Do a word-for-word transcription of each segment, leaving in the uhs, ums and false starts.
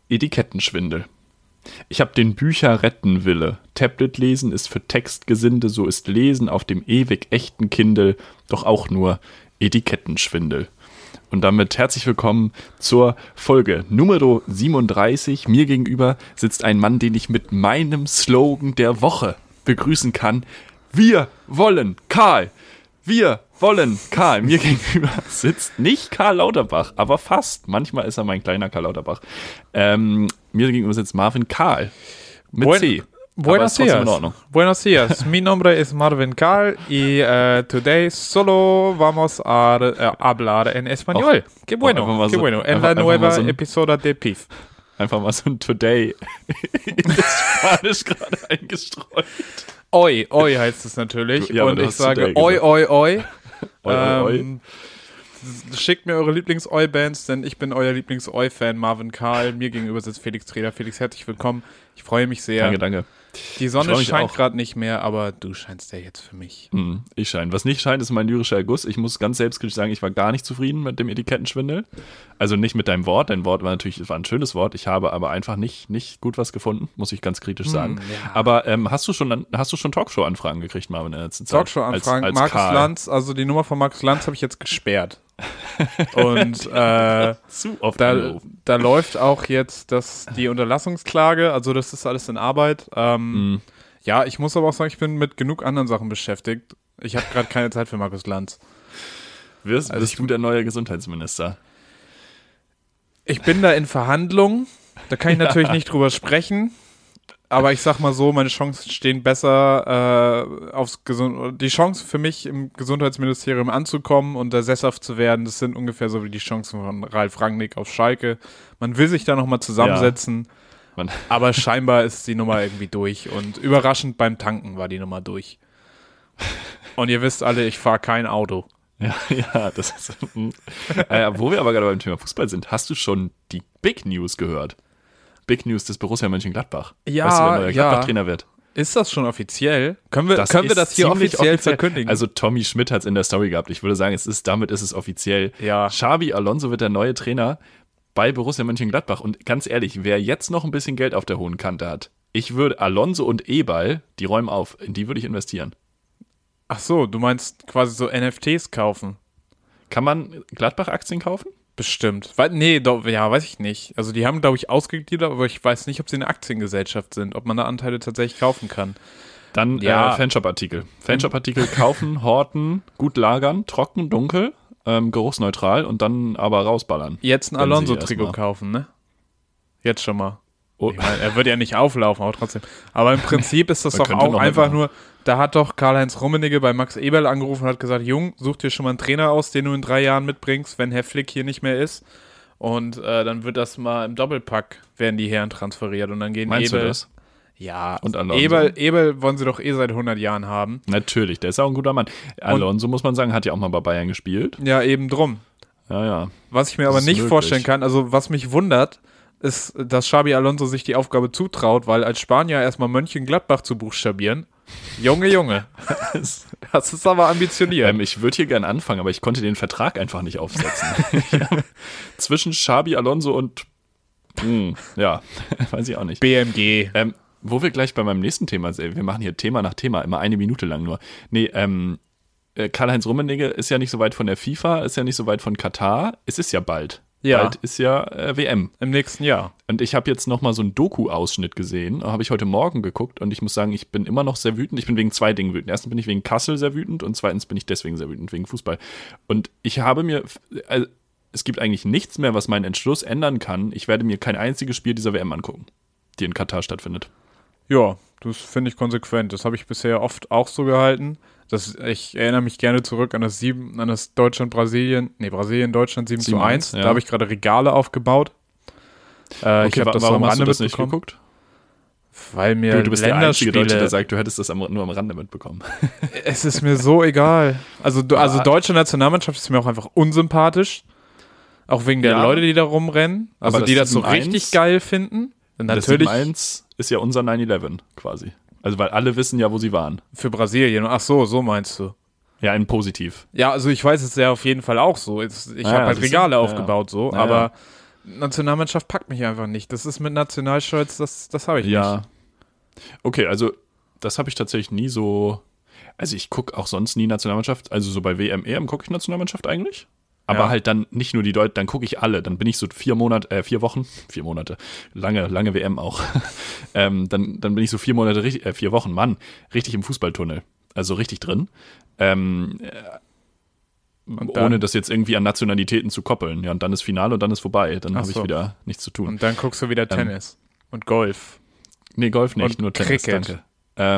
Etikettenschwindel. Ich hab den Bücher retten Wille. Tablet lesen ist für Textgesinde, so ist Lesen auf dem ewig echten Kindle doch auch nur Etikettenschwindel. Und damit herzlich willkommen zur Folge Nummer siebenunddreißig. Mir gegenüber sitzt ein Mann, den ich mit meinem Slogan der Woche begrüßen kann. Wir wollen Karl. Wir wollen Karl. Mir gegenüber sitzt nicht Karl Lauterbach, aber fast. Manchmal ist er mein kleiner Karl Lauterbach. Ähm, mir gegenüber sitzt Marvin Karl. Mit Buen, C. Buenos dias. Buenos dias. Mi nombre es Marvin Karl y uh, today solo vamos a uh, hablar en español. Oh, Qué bueno, qué so, bueno. En einfach, la nueva so episodio de P I F. Einfach mal so ein Today in das Spanisch gerade eingestreut. Oi, oi heißt es natürlich. Ja, und ich sage oi, oi, oi. oi, oi, ähm, oi. Schickt mir eure Lieblings-Oi-Bands, denn ich bin euer Lieblings-Oi-Fan, Marvin Karl. Mir gegenüber sitzt Felix Treder. Felix, herzlich willkommen. Ich freue mich sehr. Danke, danke. Die Sonne scheint gerade nicht mehr, aber du scheinst ja jetzt für mich. Mm, ich scheine. Was nicht scheint, ist mein lyrischer Erguss. Ich muss ganz selbstkritisch sagen, ich war gar nicht zufrieden mit dem Etikettenschwindel. Also nicht mit deinem Wort. Dein Wort war natürlich war ein schönes Wort. Ich habe aber einfach nicht, nicht gut was gefunden, muss ich ganz kritisch sagen. Mm, ja. Aber ähm, hast du schon, hast du schon Talkshow-Anfragen gekriegt, Marvin, in der letzten Zeit? Talkshow-Anfragen? Als, als Markus Karl. Lanz, also die Nummer von Markus Lanz habe ich jetzt gesperrt. Und äh, Zu oft da, da läuft auch jetzt das, die Unterlassungsklage, also das ist alles in Arbeit. Ähm, mm. Ja, ich muss aber auch sagen, ich bin mit genug anderen Sachen beschäftigt. Ich habe gerade keine Zeit für Markus Lanz. Wirst, also bist du der neue Gesundheitsminister? Ich bin da in Verhandlungen, da kann ich natürlich nicht drüber sprechen. Aber ich sag mal so, meine Chancen stehen besser äh, aufs Gesund. Die Chance für mich im Gesundheitsministerium anzukommen und da sesshaft zu werden, das sind ungefähr so wie die Chancen von Ralf Rangnick auf Schalke. Man will sich da nochmal zusammensetzen, ja. Aber scheinbar ist die Nummer irgendwie durch und überraschend beim Tanken war die Nummer durch. Und ihr wisst alle, ich fahre kein Auto. Ja, ja, das ist. äh, wo wir aber gerade beim Thema Fußball sind, hast du schon die Big News gehört? Big News des Borussia Mönchengladbach. Ja, weißt du, wer neuer ja. Gladbach-Trainer wird? Ist das schon offiziell? Können wir das, können wir das hier offiziell, offiziell verkündigen? Also Tommy Schmidt hat es in der Story gehabt. Ich würde sagen, es ist, damit ist es offiziell. Ja. Xabi Alonso wird der neue Trainer bei Borussia Mönchengladbach. Und ganz ehrlich, wer jetzt noch ein bisschen Geld auf der hohen Kante hat, ich würde Alonso und Eberl, die räumen auf, in die würde ich investieren. Ach so, du meinst quasi so N F Ts kaufen? Kann man Gladbach-Aktien kaufen? Bestimmt. Weil, nee, doch, ja, weiß ich nicht. Also die haben, glaube ich, ausgegliedert, aber ich weiß nicht, ob sie eine Aktiengesellschaft sind, ob man da Anteile tatsächlich kaufen kann. Dann ja. äh, Fanshop-Artikel. Fanshop-Artikel kaufen, horten, gut lagern, trocken, dunkel, ähm, geruchsneutral und dann aber rausballern. Jetzt ein Alonso-Trikot kaufen, ne? Jetzt schon mal. Oh. Ich meine, er wird ja nicht auflaufen, aber trotzdem. Aber im Prinzip ist das doch auch einfach nur, da hat doch Karl-Heinz Rummenigge bei Max Eberl angerufen und hat gesagt, Jung, such dir schon mal einen Trainer aus, den du in drei Jahren mitbringst, wenn Herr Flick hier nicht mehr ist. Und äh, dann wird das mal im Doppelpack, werden die Herren transferiert und dann gehen Meinst Eberl. Du das? Ja, und Alonso. Eberl, Eberl wollen sie doch eh seit hundert Jahren haben. Natürlich, der ist auch ein guter Mann. Alonso, und, muss man sagen, hat ja auch mal bei Bayern gespielt. Ja, eben drum. Ja, ja. Was ich mir das aber nicht möglich. vorstellen kann, also was mich wundert, ist, dass Xabi Alonso sich die Aufgabe zutraut, weil als Spanier erstmal Mönchengladbach zu buchstabieren. Junge, Junge. Das ist aber ambitioniert. Ähm, ich würde hier gerne anfangen, aber ich konnte den Vertrag einfach nicht aufsetzen. Zwischen Xabi Alonso und mh, ja, weiß ich auch nicht. B M G. Ähm, wo wir gleich bei meinem nächsten Thema sind, wir machen hier Thema nach Thema, immer eine Minute lang nur. Nee, ähm, Karl-Heinz Rummenigge ist ja nicht so weit von der FIFA, ist ja nicht so weit von Katar. Es ist ja bald. Ja. Bald ist ja äh, W M. Im nächsten Jahr. Und ich habe jetzt nochmal so einen Doku-Ausschnitt gesehen, habe ich heute Morgen geguckt und ich muss sagen, ich bin immer noch sehr wütend. Ich bin wegen zwei Dingen wütend. Erstens bin ich wegen Kassel sehr wütend und zweitens bin ich deswegen sehr wütend, wegen Fußball. Und ich habe mir, also, es gibt eigentlich nichts mehr, was meinen Entschluss ändern kann. Ich werde mir kein einziges Spiel dieser W M angucken, die in Katar stattfindet. Ja, das finde ich konsequent. Das habe ich bisher oft auch so gehalten. Das, ich erinnere mich gerne zurück an das sieben, an das Deutschland-Brasilien, nee, Brasilien-Deutschland sieben zu eins. Ja. Da habe ich gerade Regale aufgebaut. Äh, okay, ich habe das warum so am hast Rande du das mitbekommen. Nicht geguckt? Weil mir du, du bist der einzige Deutsche, der sagt, Länderspiele- du hättest das am, nur am Rande mitbekommen. Es ist mir so egal. Also, du- also deutsche Nationalmannschaft ist mir auch einfach unsympathisch. Auch wegen der Ja. Leute, die da rumrennen. Also Aber die das das so sieben eins richtig geil finden. Und Das natürlich sieben eins ist ja unser neun elf quasi. Also weil alle wissen ja, wo sie waren. für Brasilien. Ach so, so meinst du. Ja, in positiv. Ja, also ich weiß es ja auf jeden Fall auch so. Jetzt- Ich Ah, habe ja, halt siehst du? Regale Ja, aufgebaut so, ja. aber Ja, Nationalmannschaft packt mich einfach nicht. Das ist mit Nationalstolz, das, das habe ich ja. nicht. Okay, also das habe ich tatsächlich nie so. Also ich gucke auch sonst nie Nationalmannschaft. Also so bei W M, E M gucke ich Nationalmannschaft eigentlich. Aber Ja. halt dann nicht nur die Deutschen, dann gucke ich alle. Dann bin ich so vier Monate, äh, vier Wochen, vier Monate, lange, lange W M auch. ähm, dann, dann bin ich so vier Monate, richtig, äh, vier Wochen, Mann, richtig im Fußballtunnel. Also richtig drin. Ähm, äh, Und dann? ohne das jetzt irgendwie an Nationalitäten zu koppeln. Ja, und dann ist Finale und dann ist vorbei. Dann Ach habe ich so. wieder nichts zu tun. Und dann guckst du wieder Tennis und Golf. Nee, Golf nicht, Und nur Tennis, Cricket. danke. Ähm,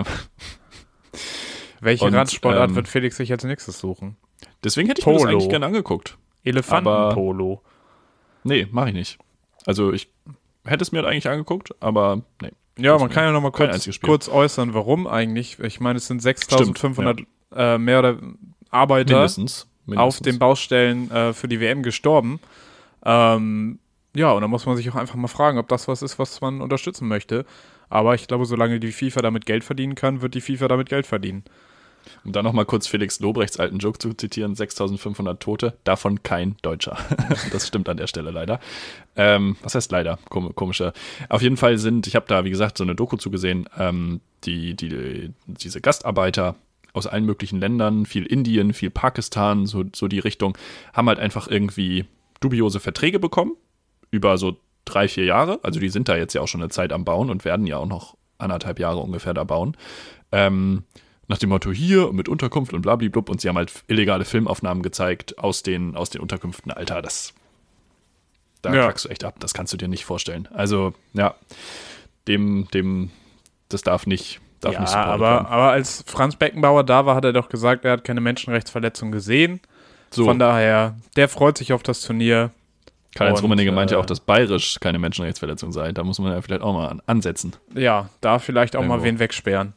Welche Und, Randsportart ähm, wird Felix sich als nächstes suchen? deswegen hätte ich mir das Polo. eigentlich gerne angeguckt. Elefantenpolo. Nee, mache ich nicht. Also ich hätte es mir halt eigentlich angeguckt, aber nee. Ja, man kann ja noch mal Kein kurz, einziges Spiel. kurz äußern, warum eigentlich. Ich meine, es sind sechstausendfünfhundert äh, mehr oder Arbeiter Mindestens. mindestens. auf den Baustellen äh, für die W M gestorben. Ähm, ja, und da muss man sich auch einfach mal fragen, ob das was ist, was man unterstützen möchte. Aber ich glaube, solange die FIFA damit Geld verdienen kann, wird die FIFA damit Geld verdienen. Um dann nochmal kurz Felix Lobrechts alten Joke zu zitieren, sechstausendfünfhundert Tote, davon kein Deutscher. Das stimmt an der Stelle leider. Ähm, was heißt leider? Kom- komischer. Auf jeden Fall sind, ich habe da, wie gesagt, so eine Doku zugesehen, ähm, die, die, diese Gastarbeiter aus allen möglichen Ländern, viel Indien, viel Pakistan, so, so die Richtung, haben halt einfach irgendwie dubiose Verträge bekommen, über so drei, vier Jahre. Also die sind da jetzt ja auch schon eine Zeit am Bauen und werden ja auch noch anderthalb Jahre ungefähr da bauen. Ähm, Nach dem Motto hier mit Unterkunft und blablablub und sie haben halt illegale Filmaufnahmen gezeigt aus den, aus den Unterkünften. Alter, das, da Ja. kackst du echt ab, das kannst du dir nicht vorstellen. Also, ja, dem, dem, das darf nicht, darf Ja, nicht supported aber, werden. aber als Franz Beckenbauer da war, hat er doch gesagt, er hat keine Menschenrechtsverletzung gesehen. So, Von daher, der freut sich auf das Turnier. Karl-Heinz und, Rummenigge meinte ja äh, auch, dass bayerisch keine Menschenrechtsverletzung sei. Da muss man ja vielleicht auch mal an, ansetzen. Ja, da vielleicht auch mal Irgendwo. wen wegsperren.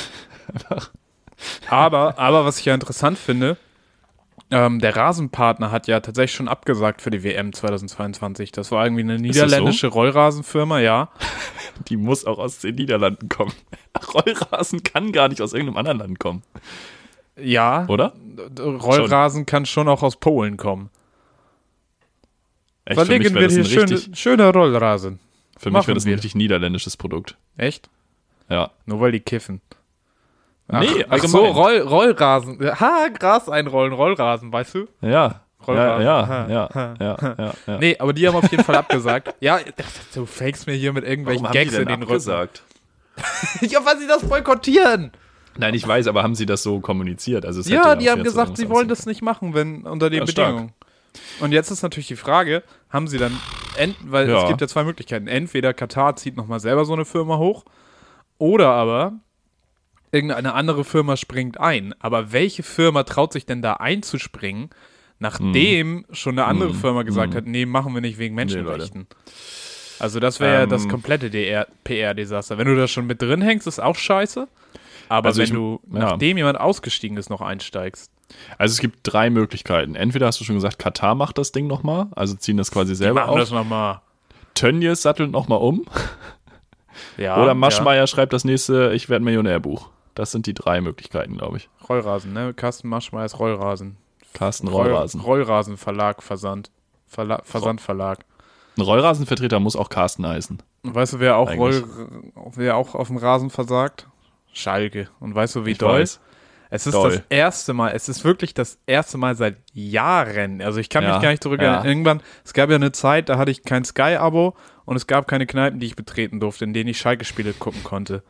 aber, aber was ich ja interessant finde, ähm, der Rasenpartner hat ja tatsächlich schon abgesagt für die W M zweitausendzweiundzwanzig. Das war irgendwie eine das so? niederländische Rollrasenfirma, ja. Die muss auch aus den Niederlanden kommen. Rollrasen kann gar nicht aus irgendeinem anderen Land kommen, Ja, oder? d- Rollrasen kann schon auch aus Polen kommen. Echt, für mich Verlegen wäre wir das ein hier schöne, richtig, schöne Rollrasen. für mich machen wäre das ein wir. richtig niederländisches Produkt. Echt? Ja. Nur weil die kiffen. Ach, Nee, ach so, allgemein. Roll, Rollrasen. Ha, Gras einrollen, Rollrasen, weißt du? Ja, ja, Rollrasen. ja, Ha, ja, ha, ja, ja, ja. Nee, aber die haben auf jeden Fall abgesagt. Ja, du fakest mir hier mit irgendwelchen Warum haben Gags die in denn den Rücken. abgesagt? Ja, weil sie das boykottieren. Nein, ich weiß, aber haben sie das so kommuniziert? Also es hätte Ja, die auch haben jetzt gesagt, sie irgendwas wollen das nicht machen, wenn unter den Ja, stark. Bedingungen. Und jetzt ist natürlich die Frage, haben sie dann, ent, weil Ja. es gibt ja zwei Möglichkeiten. Entweder Katar zieht nochmal selber so eine Firma hoch, oder aber irgendeine andere Firma springt ein. Aber welche Firma traut sich denn da einzuspringen, nachdem schon eine andere Hm. Firma gesagt Hm. hat, nee, machen wir nicht wegen Nee, Menschenrechten. Also das wäre ja Ähm. das komplette D R P R-Desaster. Wenn du da schon mit drin hängst, ist auch scheiße. Aber Also wenn ich- du, ja. nachdem jemand ausgestiegen ist, noch einsteigst. Also es gibt drei Möglichkeiten. Entweder hast du schon gesagt, Katar macht das Ding nochmal, also ziehen das quasi selber machen auf. das nochmal. Tönnies sattelt nochmal um. Ja, Oder Maschmeyer schreibt das nächste Ich werde Millionär-Buch. Das sind die drei Möglichkeiten, glaube ich. Ja. Rollrasen, ne? Carsten Maschmeyer ist Rollrasen. Carsten Roll- Rollrasen. Rollrasen Verlag, Versand. Verla Versandverlag. Ein Rollrasenvertreter muss auch Carsten heißen. Und weißt du, wer auch, Roll, Eigentlich. wer auch auf dem Rasen versagt? Schalke. Und weißt du, wie Ich doll? weiß. Es ist Doll. das erste Mal, es ist wirklich das erste Mal seit Jahren. Also ich kann Ja, mich gar nicht zurückerinnern. ja. Irgendwann, es gab ja eine Zeit, da hatte ich kein Sky-Abo und es gab keine Kneipen, die ich betreten durfte, in denen ich Schalke-Spiele gucken konnte.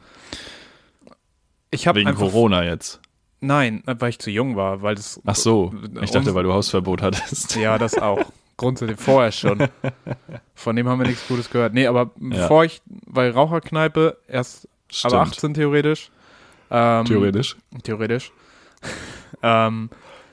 Ich habe Wegen einfach, Corona jetzt. Nein, weil ich zu jung war, weil das. Ach so, ich dachte, uns- weil du Hausverbot hattest. Ja, das auch. Grundsätzlich vorher schon. Von dem haben wir nichts Gutes gehört. Nee, aber bevor ich, weil Raucherkneipe erst Stimmt. aber achtzehn theoretisch. Ähm, Theoretisch. Theoretisch. ähm,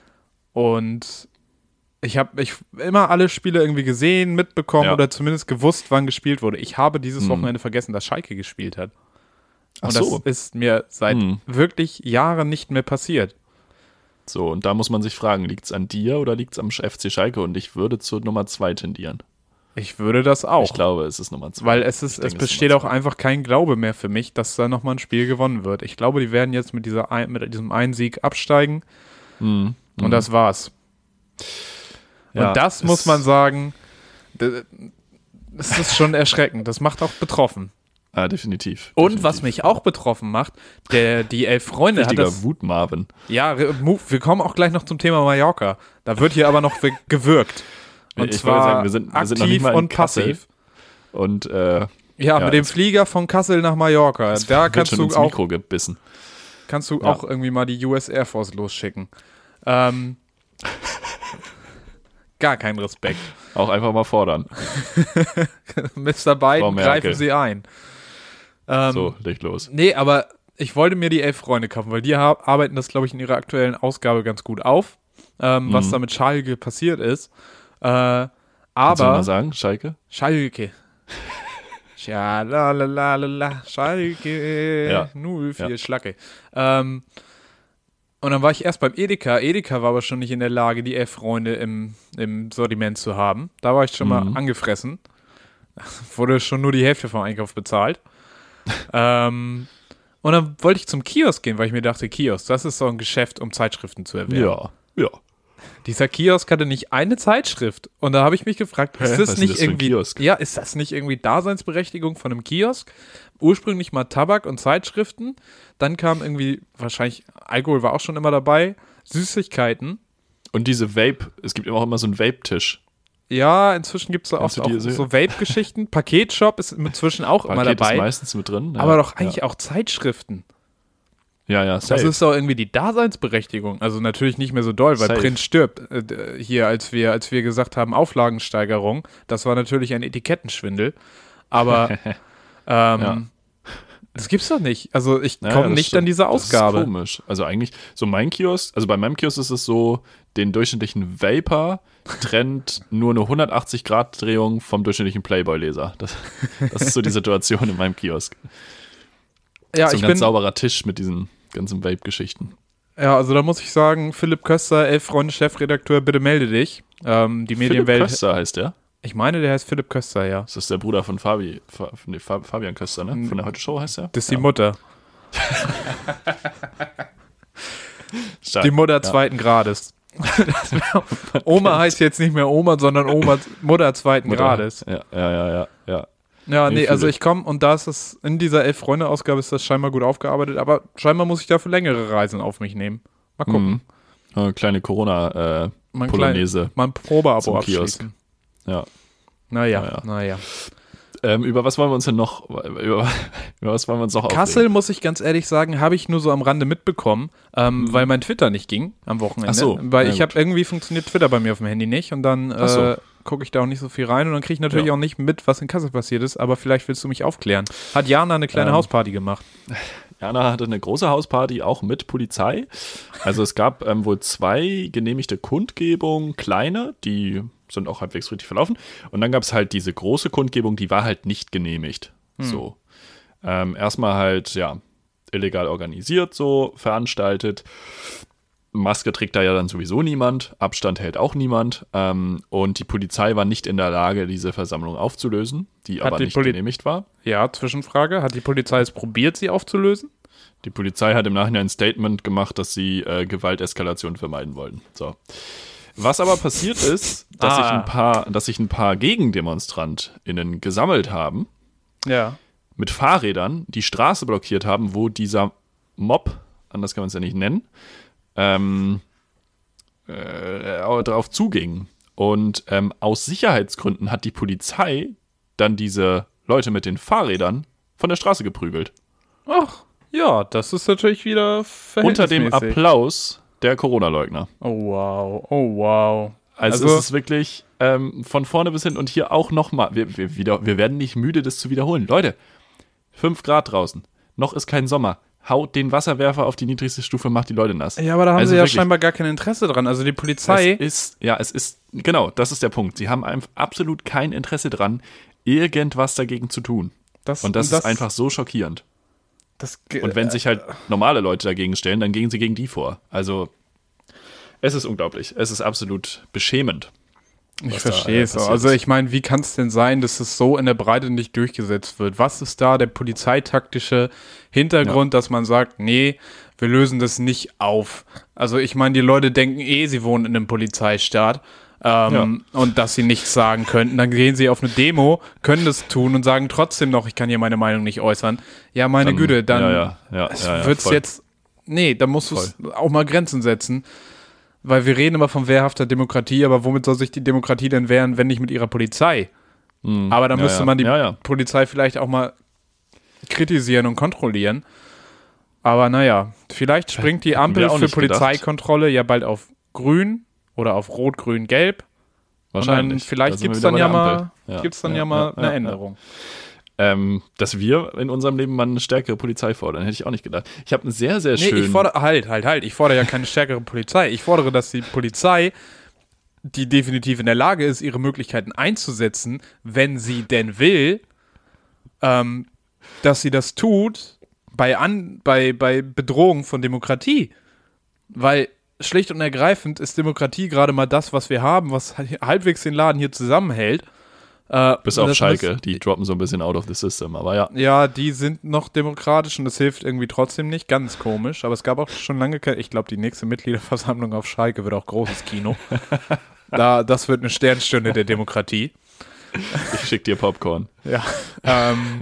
und ich habe ich immer alle Spiele irgendwie gesehen, mitbekommen Ja. oder zumindest gewusst, wann gespielt wurde. Ich habe dieses Hm. Wochenende vergessen, dass Schalke gespielt hat. Ach Und so. das ist mir seit Hm. wirklich Jahren nicht mehr passiert. So, und da muss man sich fragen, liegt es an dir oder liegt es am F C Schalke? Und ich würde zur Nummer zwei tendieren. Ich würde das auch. Ich glaube, es ist Nummer zwei. Weil es ist, Ich denke, es ist besteht Nummer auch einfach kein Glaube mehr für mich, dass da nochmal ein Spiel gewonnen wird. Ich glaube, die werden jetzt mit, dieser ein, mit diesem einen Sieg absteigen zwei. Hm. und Hm. das war's. Ja, und das es- muss man sagen, d- Das ist schon erschreckend. Das macht auch betroffen. Ah, definitiv. Und definitiv. was mich auch betroffen macht, der, die elf Freunde Richtiger hat das... Wut-Marvin. Ja, wir kommen auch gleich noch zum Thema Mallorca. Da wird hier aber noch gewirkt. Und ich zwar sagen, wir sind, wir sind noch nicht aktiv mal in und Kassel. passiv. Und äh, Ja, ja, mit dem Flieger von Kassel nach Mallorca. es Da wird kannst schon du ins auch, Mikro gebissen. kannst du Ja. auch irgendwie mal die U S Air Force losschicken. Ähm, gar keinen Respekt. Auch einfach mal fordern. Mister Biden, Merkel. greifen Sie ein. Ähm, So, leg los. Nee, aber ich wollte mir die elf Freunde kaufen, weil die ha- arbeiten das, glaube ich, in ihrer aktuellen Ausgabe ganz gut auf, ähm, Mhm. was da mit Schalke passiert ist. Äh, Kannst du mal aber sagen, Schalke? Schalke. Schalalalala, Schalke Ja. null vier Ja. Schlacke. Ähm, und dann war ich erst beim Edeka. Edeka war aber schon nicht in der Lage, die elf Freunde im, im Sortiment zu haben. Da war ich schon mal Mhm. angefressen. Wurde schon nur die Hälfte vom Einkauf bezahlt. ähm, und dann wollte ich zum Kiosk gehen, weil ich mir dachte, Kiosk, das ist so ein Geschäft, um Zeitschriften zu erwerben. Ja, ja. Dieser Kiosk hatte nicht eine Zeitschrift. Und da habe ich mich gefragt, Hä? ist Was das ist denn nicht das für ein irgendwie, Kiosk? ja, ist das nicht irgendwie Daseinsberechtigung von einem Kiosk? Ursprünglich mal Tabak und Zeitschriften. Dann kam irgendwie, wahrscheinlich, Alkohol war auch schon immer dabei, Süßigkeiten. Und diese Vape, es gibt auch immer so einen Vape-Tisch. Ja, inzwischen gibt es da Kennst oft du auch diese? so Vape-Geschichten. Paketshop ist inzwischen auch immer Paket dabei. ist meistens mit drin. Ja. aber doch eigentlich ja. auch Zeitschriften. Ja, ja, safe. Das ist doch irgendwie die Daseinsberechtigung. Also natürlich nicht mehr so doll, weil Safe. Prinz stirbt. Äh, d- hier, als wir, als wir gesagt haben, Auflagensteigerung, das war natürlich ein Etikettenschwindel. Aber ähm, Ja. das gibt's doch nicht. Also ich Ja, komme ja, das nicht stimmt. an diese Ausgabe. Das ist komisch. Also eigentlich, so mein Kiosk, also bei meinem Kiosk ist es so, den durchschnittlichen Vapor trennt nur eine hundertachtzig Grad Drehung vom durchschnittlichen Playboy-Leser. Das, das ist so die Situation in meinem Kiosk. Ja, so ein ich ganz bin, sauberer Tisch mit diesen ganzen Vape-Geschichten. ja, also da muss ich sagen, Philipp Köster, elf Freunde Chefredakteur, bitte melde dich. Ähm, die Philipp Medienwelt. Köster heißt der. Ich meine, der heißt Philipp Köster, ja. Das ist der Bruder von Fabi, Fa, nee, Fa, Fabian Köster, ne? Von der Heute Show heißt er. Das ist die ja. Mutter. Stark. Die Mutter Ja. zweiten Grades. Oma heißt jetzt nicht mehr Oma, sondern Oma, Mutter zweiten Mutter. Grades. Ja, ja, ja, ja. ja. Ja, Nee, nee, fühle also ich. ich komme und da ist es, in dieser Elf-Freunde-Ausgabe ist das scheinbar gut aufgearbeitet, aber scheinbar muss ich dafür längere Reisen auf mich nehmen. Mal gucken. Mhm. Eine kleine Corona-Polonaise. Mal ein, klein, mal ein Probeabo Zum Kiosk. abschließen. ja. Naja, Naja. naja. Ähm, über was wollen wir uns denn noch, über, über was wollen wir uns noch Kassel, aufregen? muss ich ganz ehrlich sagen, habe ich nur so am Rande mitbekommen, ähm, weil mein Twitter nicht ging am Wochenende. Ach so, weil na ich gut. habe irgendwie funktioniert Twitter bei mir auf dem Handy nicht und dann Ach so. äh, gucke ich da auch nicht so viel rein und dann kriege ich natürlich Ja. auch nicht mit, was in Kassel passiert ist, aber vielleicht willst du mich aufklären. Hat Jana eine kleine Ähm, Hausparty gemacht? Jana hatte eine große Hausparty, auch mit Polizei. Also es gab ähm, wohl zwei genehmigte Kundgebungen, kleine, die sind auch halbwegs richtig verlaufen. Und dann gab es halt diese große Kundgebung, die war halt nicht genehmigt. So. Ähm, erstmal halt, ja, illegal organisiert, so veranstaltet. Maske trägt da ja dann sowieso niemand, Abstand hält auch niemand. Ähm, und die Polizei war nicht in der Lage, diese Versammlung aufzulösen, die Hat aber die nicht Poli- genehmigt war. Ja, Zwischenfrage. Hat die Polizei es probiert, sie aufzulösen? Die Polizei hat im Nachhinein ein Statement gemacht, dass sie äh, Gewalteskalation vermeiden wollten. So. Was aber passiert ist, dass Ah. sich ein paar, dass sich ein paar GegendemonstrantInnen gesammelt haben, Ja. mit Fahrrädern die Straße blockiert haben, wo dieser Mob, anders kann man es ja nicht nennen, ähm, äh, darauf zuging. Und ähm, aus Sicherheitsgründen hat die Polizei dann diese Leute mit den Fahrrädern von der Straße geprügelt. Ach, ja, das ist natürlich wieder Unter dem verhältnismäßig. Applaus der Corona-Leugner. Oh wow, oh wow. Also, Also- es ist wirklich ähm, von vorne bis hin und hier auch nochmal, wir, wir, wieder, wir werden nicht müde, das zu wiederholen. Leute, fünf Grad draußen, noch ist kein Sommer. Haut den Wasserwerfer auf die niedrigste Stufe, macht die Leute nass. Ja, aber da haben Also sie ja wirklich. scheinbar gar kein Interesse dran. Also die Polizei, Es ist, ja, es ist, genau, das ist der Punkt. Sie haben einfach absolut kein Interesse dran, irgendwas dagegen zu tun. das, Und das, ist einfach so schockierend. Das, ge- Und wenn sich halt normale Leute dagegen stellen, dann gehen sie gegen die vor. Also, es ist unglaublich. Es ist absolut beschämend. Ich was da, verstehe äh, es. passiert Also ist. ich meine, wie kann es denn sein, dass es so in der Breite nicht durchgesetzt wird? Was ist da der polizeitaktische Hintergrund, dass man sagt, nee, wir lösen das nicht auf? Also ich meine, die Leute denken eh, sie wohnen in einem Polizeistaat. Ähm, ja. Und dass sie nichts sagen könnten. Dann gehen sie auf eine Demo, können das tun und sagen trotzdem noch, ich kann hier meine Meinung nicht äußern. Ja, meine dann, Güte, dann ja, ja, ja, es ja, ja, wird's voll. jetzt, nee, da musst du auch mal Grenzen setzen. Weil wir reden immer von wehrhafter Demokratie, aber womit soll sich die Demokratie denn wehren, wenn nicht mit ihrer Polizei? Mhm. Aber da ja, müsste ja. man die ja, ja. Polizei vielleicht auch mal kritisieren und kontrollieren. Aber naja, vielleicht springt die Ampel für Polizeikontrolle gedacht. ja bald auf grün oder auf rot, grün, gelb. Wahrscheinlich. Und dann vielleicht gibt es dann, ja mal, ja. gibt's dann ja, ja mal ja, eine ja, Änderung. Ja. Ähm, dass wir in unserem Leben mal eine stärkere Polizei fordern, hätte ich auch nicht gedacht. Ich habe einen sehr, sehr schönen... Nee, ich fordere, halt, halt, halt, ich fordere ja keine stärkere Polizei. Ich fordere, dass die Polizei, die definitiv in der Lage ist, ihre Möglichkeiten einzusetzen, wenn sie denn will, ähm, dass sie das tut bei, an, bei, bei Bedrohung von Demokratie. Weil schlicht und ergreifend ist Demokratie gerade mal das, was wir haben, was halbwegs den Laden hier zusammenhält. Äh, Bis auf Schalke, die droppen so ein bisschen out of the system, aber ja. Ja, die sind noch demokratisch und das hilft irgendwie trotzdem nicht, ganz komisch, aber es gab auch schon lange keine, ich glaube, die nächste Mitgliederversammlung auf Schalke wird auch großes Kino. da, das wird eine Sternstunde der Demokratie. Ich schick dir Popcorn. Ja. Ähm,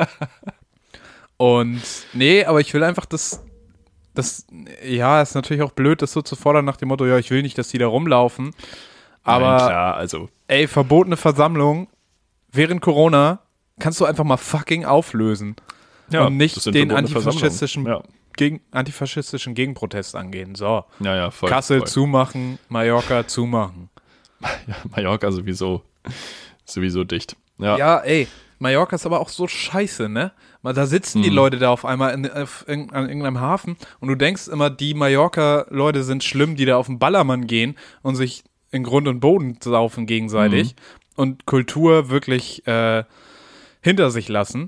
und, nee, aber ich will einfach das, das, ja, ist natürlich auch blöd, das so zu fordern nach dem Motto, ja, ich will nicht, dass die da rumlaufen, aber, Nein, klar, also. Ey, verbotene Versammlung während Corona kannst du einfach mal fucking auflösen. Ja, und nicht den antifaschistischen, ja. gegen, antifaschistischen Gegenprotest angehen. So. Ja, ja, voll. Kassel voll. zumachen, Mallorca zumachen. Ja, Mallorca sowieso, sowieso dicht. Ja. ja, ey, Mallorca ist aber auch so scheiße, ne? Da sitzen die mhm. Leute da auf einmal in, auf, in, an irgendeinem Hafen und du denkst immer, die Mallorca-Leute sind schlimm, die da auf den Ballermann gehen und sich in Grund und Boden saufen gegenseitig mhm. und Kultur wirklich äh, hinter sich lassen.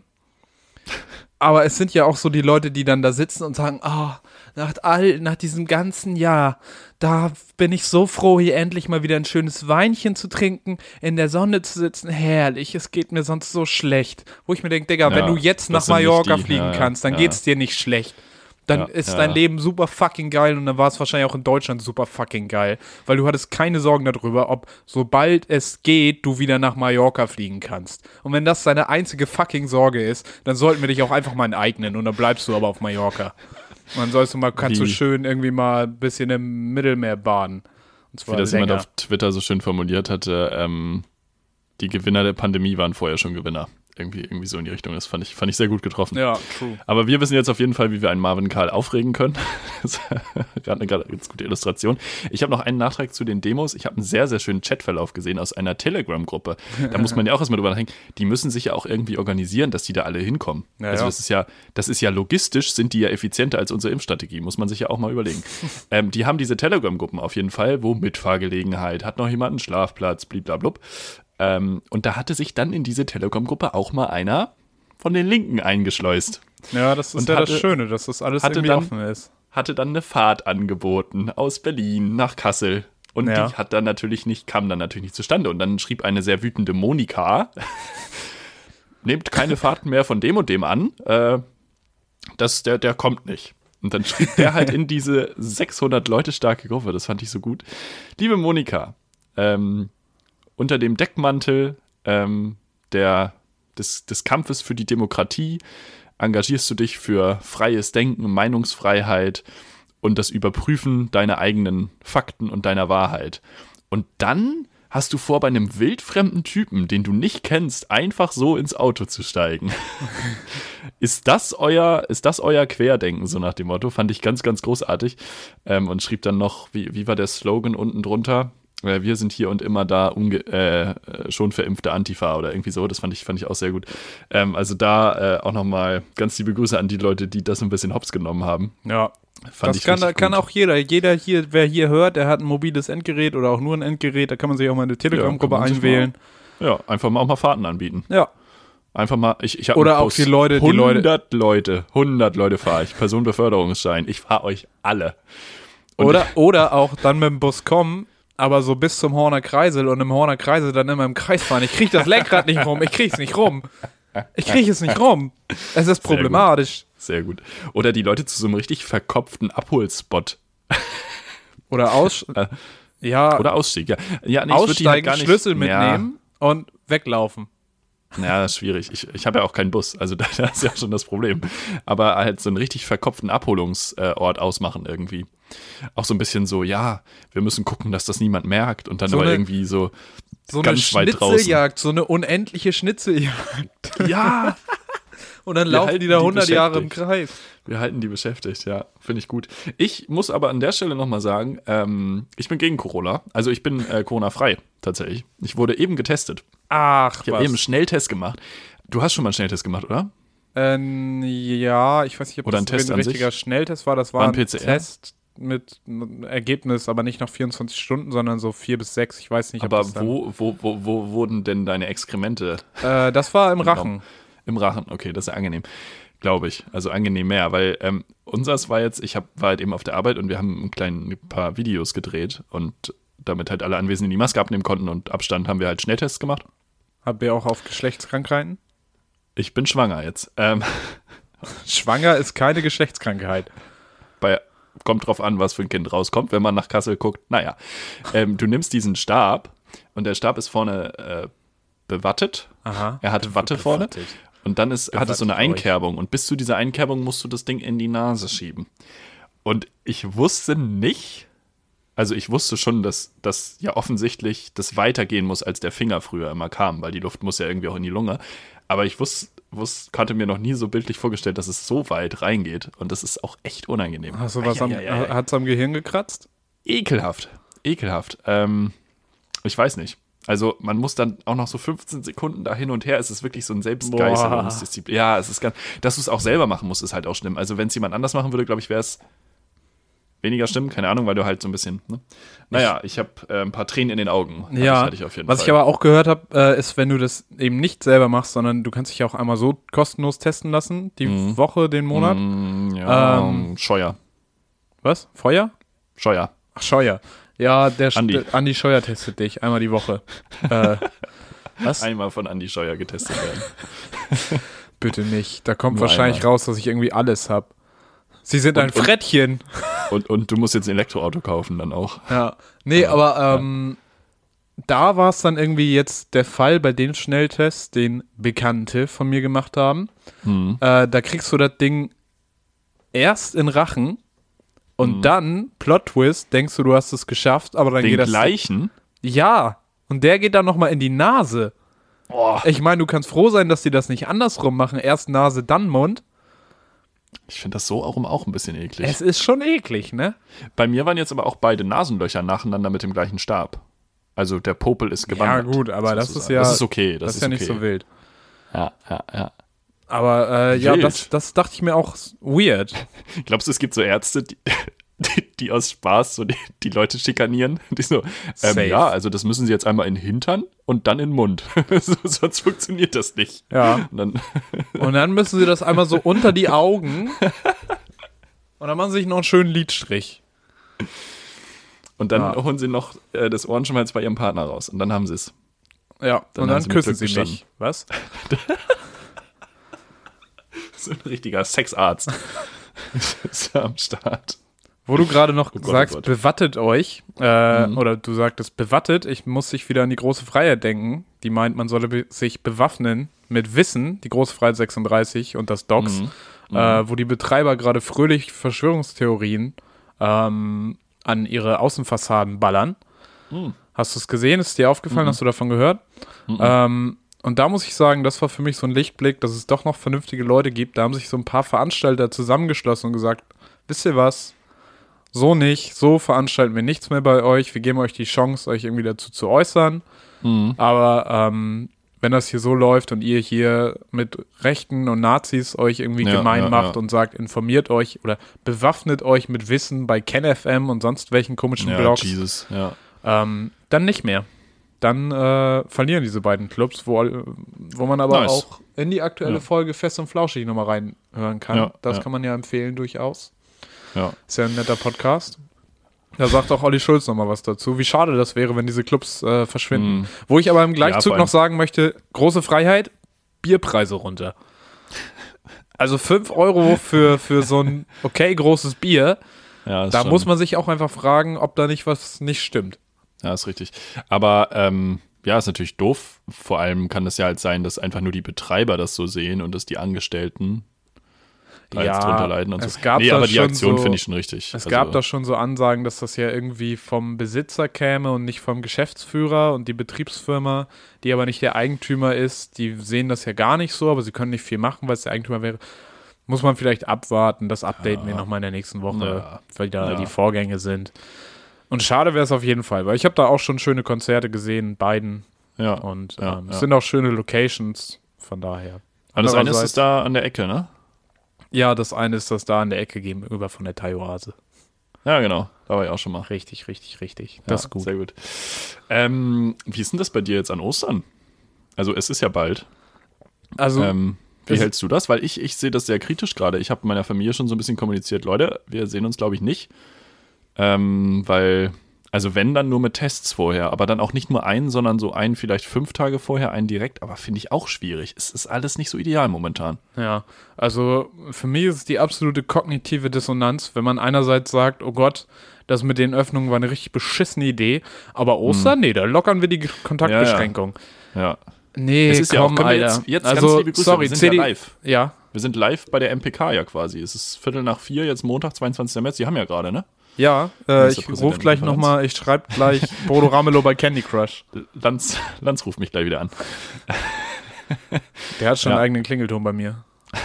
Aber es sind ja auch so die Leute, die dann da sitzen und sagen, ah, oh, nach all, nach diesem ganzen Jahr, da bin ich so froh, hier endlich mal wieder ein schönes Weinchen zu trinken, in der Sonne zu sitzen, herrlich, es geht mir sonst so schlecht. Wo ich mir denke, Digga, ja, wenn du jetzt nach Mallorca die, fliegen ja, kannst, dann ja. geht's dir nicht schlecht. Dann ja, ist ja, dein Leben super fucking geil und dann war es wahrscheinlich auch in Deutschland super fucking geil, weil du hattest keine Sorgen darüber, ob sobald es geht, du wieder nach Mallorca fliegen kannst. Und wenn das deine einzige fucking Sorge ist, dann sollten wir dich auch einfach mal enteignen und dann bleibst du aber auf Mallorca. Und dann sollst du mal, kannst Wie? du schön irgendwie mal ein bisschen im Mittelmeer baden. Und zwar Wie das länger. jemand auf Twitter so schön formuliert hatte, ähm, die Gewinner der Pandemie waren vorher schon Gewinner. Irgendwie, irgendwie so in die Richtung. Das fand ich, fand ich sehr gut getroffen. Ja, true. Aber wir wissen jetzt auf jeden Fall, wie wir einen Marvin Karl aufregen können. Das ist gerade eine ganz gute Illustration. Ich habe noch einen Nachtrag zu den Demos. Ich habe einen sehr, sehr schönen Chatverlauf gesehen aus einer Telegram-Gruppe. Da muss man ja auch erstmal drüber nachdenken. Die müssen sich ja auch irgendwie organisieren, dass die da alle hinkommen. Ja, also das ist ja, das ist ja logistisch, sind die ja effizienter als unsere Impfstrategie. Muss man sich ja auch mal überlegen. ähm, die haben diese Telegram-Gruppen auf jeden Fall, wo Mitfahrgelegenheit, hat noch jemand einen Schlafplatz, bliblablub. Ähm, und da hatte sich dann in diese Telegram-Gruppe auch mal einer von den Linken eingeschleust. Ja, das ist und ja hatte, das Schöne, dass das alles irgendwie dann, offen ist. Hatte dann eine Fahrt angeboten aus Berlin nach Kassel. Und ja. die hat dann natürlich nicht, kam dann natürlich nicht zustande. Und dann schrieb eine sehr wütende Monika, nehmt keine Fahrten mehr von dem und dem an, äh, das, der, der kommt nicht. Und dann schrieb der halt in diese sechshundert Leute starke Gruppe, das fand ich so gut. Liebe Monika, ähm, unter dem Deckmantel ähm, der, des, des Kampfes für die Demokratie engagierst du dich für freies Denken, Meinungsfreiheit und das Überprüfen deiner eigenen Fakten und deiner Wahrheit. Und dann hast du vor, bei einem wildfremden Typen, den du nicht kennst, einfach so ins Auto zu steigen. Ist das euer, ist das euer Querdenken, so nach dem Motto? Fand ich ganz, ganz großartig. Ähm, und schrieb dann noch, wie, wie war der Slogan unten drunter? Wir sind hier und immer da, unge- äh, schon verimpfte Antifa oder irgendwie so. Das fand ich, fand ich auch sehr gut. Ähm, also da äh, auch nochmal ganz liebe Grüße an die Leute, die das ein bisschen hops genommen haben. Ja, fand das kann, kann auch jeder. Jeder hier, wer hier hört, der hat ein mobiles Endgerät oder auch nur ein Endgerät, da kann man sich auch mal eine Telegram-Gruppe ja, einwählen. Mal, ja, einfach mal auch mal Fahrten anbieten. Ja. Einfach mal, ich, ich habe oder auch die Leute, die hundert Leute, hundert Leute fahre ich, Personenbeförderungsschein, ich fahre euch alle. Und oder, oder auch dann mit dem Bus kommen, aber so bis zum Horner Kreisel und im Horner Kreisel dann immer im Kreis fahren. Ich kriege das Lenkrad nicht rum, ich kriege es nicht rum. Ich kriege es nicht rum. Es ist problematisch. Sehr gut. Sehr gut. Oder die Leute zu so einem richtig verkopften Abholspot. Oder aus... Ja, Oder Ausstieg, ja. ja nee, ich würd die aussteigen, halt gar nicht, Schlüssel mitnehmen ja. und weglaufen. Ja, das ist schwierig. Ich, ich habe ja auch keinen Bus, also das ist ja schon das Problem. Aber halt so einen richtig verkopften Abholungsort ausmachen irgendwie. Auch so ein bisschen so, ja, wir müssen gucken, dass das niemand merkt und dann So aber eine- irgendwie so, So ganz eine weit draußen. Schnitzeljagd, so eine unendliche Schnitzeljagd. Ja, Und dann Wir laufen halten die da die hundert Jahre im beschäftigt. Kreis. wir halten die beschäftigt, ja, finde ich gut. Ich muss aber an der Stelle nochmal sagen, ähm, ich bin gegen Corona. Also ich bin äh, Corona-frei, tatsächlich. Ich wurde eben getestet. Ach, Ich habe eben einen Schnelltest gemacht. Du hast schon mal einen Schnelltest gemacht, oder? Ähm, ja, ich weiß nicht, ob Oder das ein Test ein an richtiger sich? Schnelltest war. Das war, War ein ein P C R? Test mit einem Ergebnis, aber nicht nach vierundzwanzig Stunden, sondern so vier bis sechs. Ich weiß nicht, ob Aber das dann, wo, wo, wo, wo wurden denn deine Exkremente Äh, das war im Rachen. im Rachen? Okay, das ist ja angenehm. Glaube ich. Also angenehm mehr, weil ähm, unseres war jetzt, ich hab, war halt eben auf der Arbeit und wir haben ein, klein, ein paar Videos gedreht und damit halt alle Anwesenden die Maske abnehmen konnten und Abstand haben wir halt Schnelltests gemacht. Habt ihr auch auf Geschlechtskrankheiten? Ich bin schwanger jetzt. Ähm, Schwanger ist keine Geschlechtskrankheit. bei, kommt drauf an, was für ein Kind rauskommt, wenn man nach Kassel guckt. Naja, ähm, du nimmst diesen Stab und der Stab ist vorne äh, bewattet. Aha. Er hat Watte vorne. Bewattet. Und dann ist, hat es so eine Bewattet euch. Einkerbung. Und bis zu dieser Einkerbung musst du das Ding in die Nase schieben. Und ich wusste nicht, also ich wusste schon, dass das ja offensichtlich das weitergehen muss, als der Finger früher immer kam, weil die Luft muss ja irgendwie auch in die Lunge. Aber ich wusste, wusste hatte mir noch nie so bildlich vorgestellt, dass es so weit reingeht. Und das ist auch echt unangenehm. Hast du was am, Eieieiei. hat's am Gehirn gekratzt? Ekelhaft. Ekelhaft. Ähm, ich weiß nicht. Also man muss dann auch noch so fünfzehn Sekunden da hin und her. Es ist wirklich so ein Selbstgeißelungsdisziplin. Ja, es ist ganz. Dass du es auch selber machen musst, ist halt auch schlimm. Also wenn es jemand anders machen würde, glaube ich, wäre es weniger schlimm. Keine Ahnung, weil du halt so ein bisschen. Ne? Naja, ich habe äh, ein paar Tränen in den Augen. Hatte Ja, ich, hatte ich auf jeden was Fall. ich aber auch gehört habe, äh, ist, wenn du das eben nicht selber machst, sondern du kannst dich auch einmal so kostenlos testen lassen, die Mhm. Woche, den Monat. Mm, ja, Ähm, Scheuer. Was? Feuer? Scheuer. Ach, Scheuer. Ja, der Andi. Andi, Andi Scheuer testet dich einmal die Woche. äh, was? Einmal von Andi Scheuer getestet werden. Bitte nicht. Da kommt Nur wahrscheinlich einmal. raus, dass ich irgendwie alles habe. Sie sind Und- ein und- Frettchen. Und, und du musst jetzt ein Elektroauto kaufen dann auch. Ja. Nee, aber ähm, da war es dann irgendwie jetzt der Fall bei dem Schnelltest, den Bekannte von mir gemacht haben. Hm. Äh, da kriegst du das Ding erst in Rachen und Mhm. dann, Plot Twist, denkst du, du hast es geschafft, aber dann Den geht das. gleichen. Ja. Und der geht dann nochmal in die Nase. Boah. Ich meine, du kannst froh sein, dass die das nicht andersrum machen. Erst Nase, dann Mund. Ich finde das so auch, auch ein bisschen eklig. Es ist schon eklig, ne? Bei mir waren jetzt aber auch beide Nasenlöcher nacheinander mit dem gleichen Stab. Also der Popel ist gewandert. Ja, gut, aber das ist sozusagen. ja. Das ist okay. Das, Das ist ja nicht okay. so wild. Ja, ja, ja. Aber äh, ja, Wild. das, das dachte ich mir auch weird. Glaubst du, es gibt so Ärzte, die, die, die aus Spaß so die, die Leute schikanieren? Die so, Safe. ähm, ja, also das müssen sie jetzt einmal in den Hintern und dann in den Mund. so, sonst funktioniert das nicht. Ja. Und dann, Und dann müssen sie das einmal so unter die Augen. Und dann machen sie sich noch einen schönen Lidstrich. und dann Ja. holen sie noch äh, das Ohrenschmalz bei ihrem Partner raus. Und dann haben sie es. Ja, Dann und haben dann sie mit küssen Glück sie bestanden. mich. Was? So ein richtiger Sexarzt. ist ja am Start. Wo du gerade noch Oh Gott, sagst, oh Gott. bewattet euch, äh, Mhm. oder du sagtest bewattet, ich muss sich wieder an die große Freiheit denken, die meint, man solle be sich bewaffnen mit Wissen, die große Freiheit sechsunddreißig und das Docs, Mhm. äh, wo die Betreiber gerade fröhlich Verschwörungstheorien ähm, an ihre Außenfassaden ballern. Mhm. Hast du es gesehen? Ist dir aufgefallen? Mhm. Hast du davon gehört? Mhm. Ähm, und da muss ich sagen, das war für mich so ein Lichtblick, dass es doch noch vernünftige Leute gibt. Da haben sich so ein paar Veranstalter zusammengeschlossen und gesagt, wisst ihr was? So nicht, so veranstalten wir nichts mehr bei euch. Wir geben euch die Chance, euch irgendwie dazu zu äußern. Mhm. Aber ähm, wenn das hier so läuft und ihr hier mit Rechten und Nazis euch irgendwie Ja, gemein ja, macht ja. und sagt, informiert euch oder bewaffnet euch mit Wissen bei KenFM und sonst welchen komischen Ja, Blogs, Jesus, ja. ähm, dann nicht mehr. Dann äh, verlieren diese beiden Clubs, wo, wo man aber Nice. auch in die aktuelle Ja. Folge Fest und Flauschig nochmal reinhören kann. Ja, das ja. kann man ja empfehlen durchaus. Ja. Ist ja ein netter Podcast. Da sagt auch Olli Schulz nochmal was dazu. Wie schade das wäre, wenn diese Clubs äh, verschwinden. Mhm. Wo ich aber im Ja, Gleichzug vor allem- noch sagen möchte, große Freiheit, Bierpreise runter. Also fünf Euro für, für so ein okay großes Bier, Ja, ist da schon- muss man sich auch einfach fragen, ob da nicht was nicht stimmt. Ja, ist richtig. Aber ähm, ja, ist natürlich doof. Vor allem kann das ja halt sein, dass einfach nur die Betreiber das so sehen und dass die Angestellten da Ja, jetzt drunter leiden und es so. gab nee, da aber die schon Aktion so- finde ich schon richtig. Es Also, gab da schon so Ansagen, dass das ja irgendwie vom Besitzer käme und nicht vom Geschäftsführer und die Betriebsfirma, die aber nicht der Eigentümer ist, die sehen das ja gar nicht so, aber sie können nicht viel machen, weil es der Eigentümer wäre. Muss man vielleicht abwarten, das updaten wir nochmal in der nächsten Woche, Ja. weil da Ja. die Vorgänge sind. Und schade wäre es auf jeden Fall, weil ich habe da auch schon schöne Konzerte gesehen, in beiden. ja. Und Ja, ähm, ja. es sind auch schöne Locations, von daher. Und das eine ist Andererseits- es da an der Ecke, ne? Ja, das eine ist das da an der Ecke gegenüber von der Thai-Oase. Ja, genau. Da war ich auch schon mal. Richtig, richtig, richtig. Ja, Das ist gut. Sehr gut. Ähm, wie ist denn das bei dir jetzt an Ostern? Also es ist ja bald. Also, Ähm, wie es- hältst du das? Weil ich, ich sehe das sehr kritisch gerade. Ich habe mit meiner Familie schon so ein bisschen kommuniziert. Leute, wir sehen uns, glaube ich, nicht. Ähm, weil, also wenn, dann nur mit Tests vorher. Aber dann auch nicht nur einen, sondern so einen vielleicht fünf Tage vorher, einen direkt. Aber finde ich auch schwierig. Es ist alles nicht so ideal momentan. ja, also für mich ist es die absolute kognitive Dissonanz, wenn man einerseits sagt, oh Gott, das mit den Öffnungen war eine richtig beschissene Idee, aber Ostern, nee, da lockern wir die Ge- Kontaktbeschränkung. Ja. Nee, Es ist ja auch, komm, können wir Alter. jetzt, jetzt also, ganz liebe Grüße, sorry, wir sind C D ja live. Ja, Wir sind live bei der M P K ja quasi. Es ist Viertel nach vier, jetzt Montag, zweiundzwanzigster März. Die haben ja gerade, ne? ja, äh, ich Ministerpräsidentenkonferenz. rufe gleich nochmal, ich schreibe gleich Bodo Ramelow bei Candy Crush. Lanz, Lanz ruft mich gleich wieder an. Der hat schon Ja. einen eigenen Klingelton bei mir.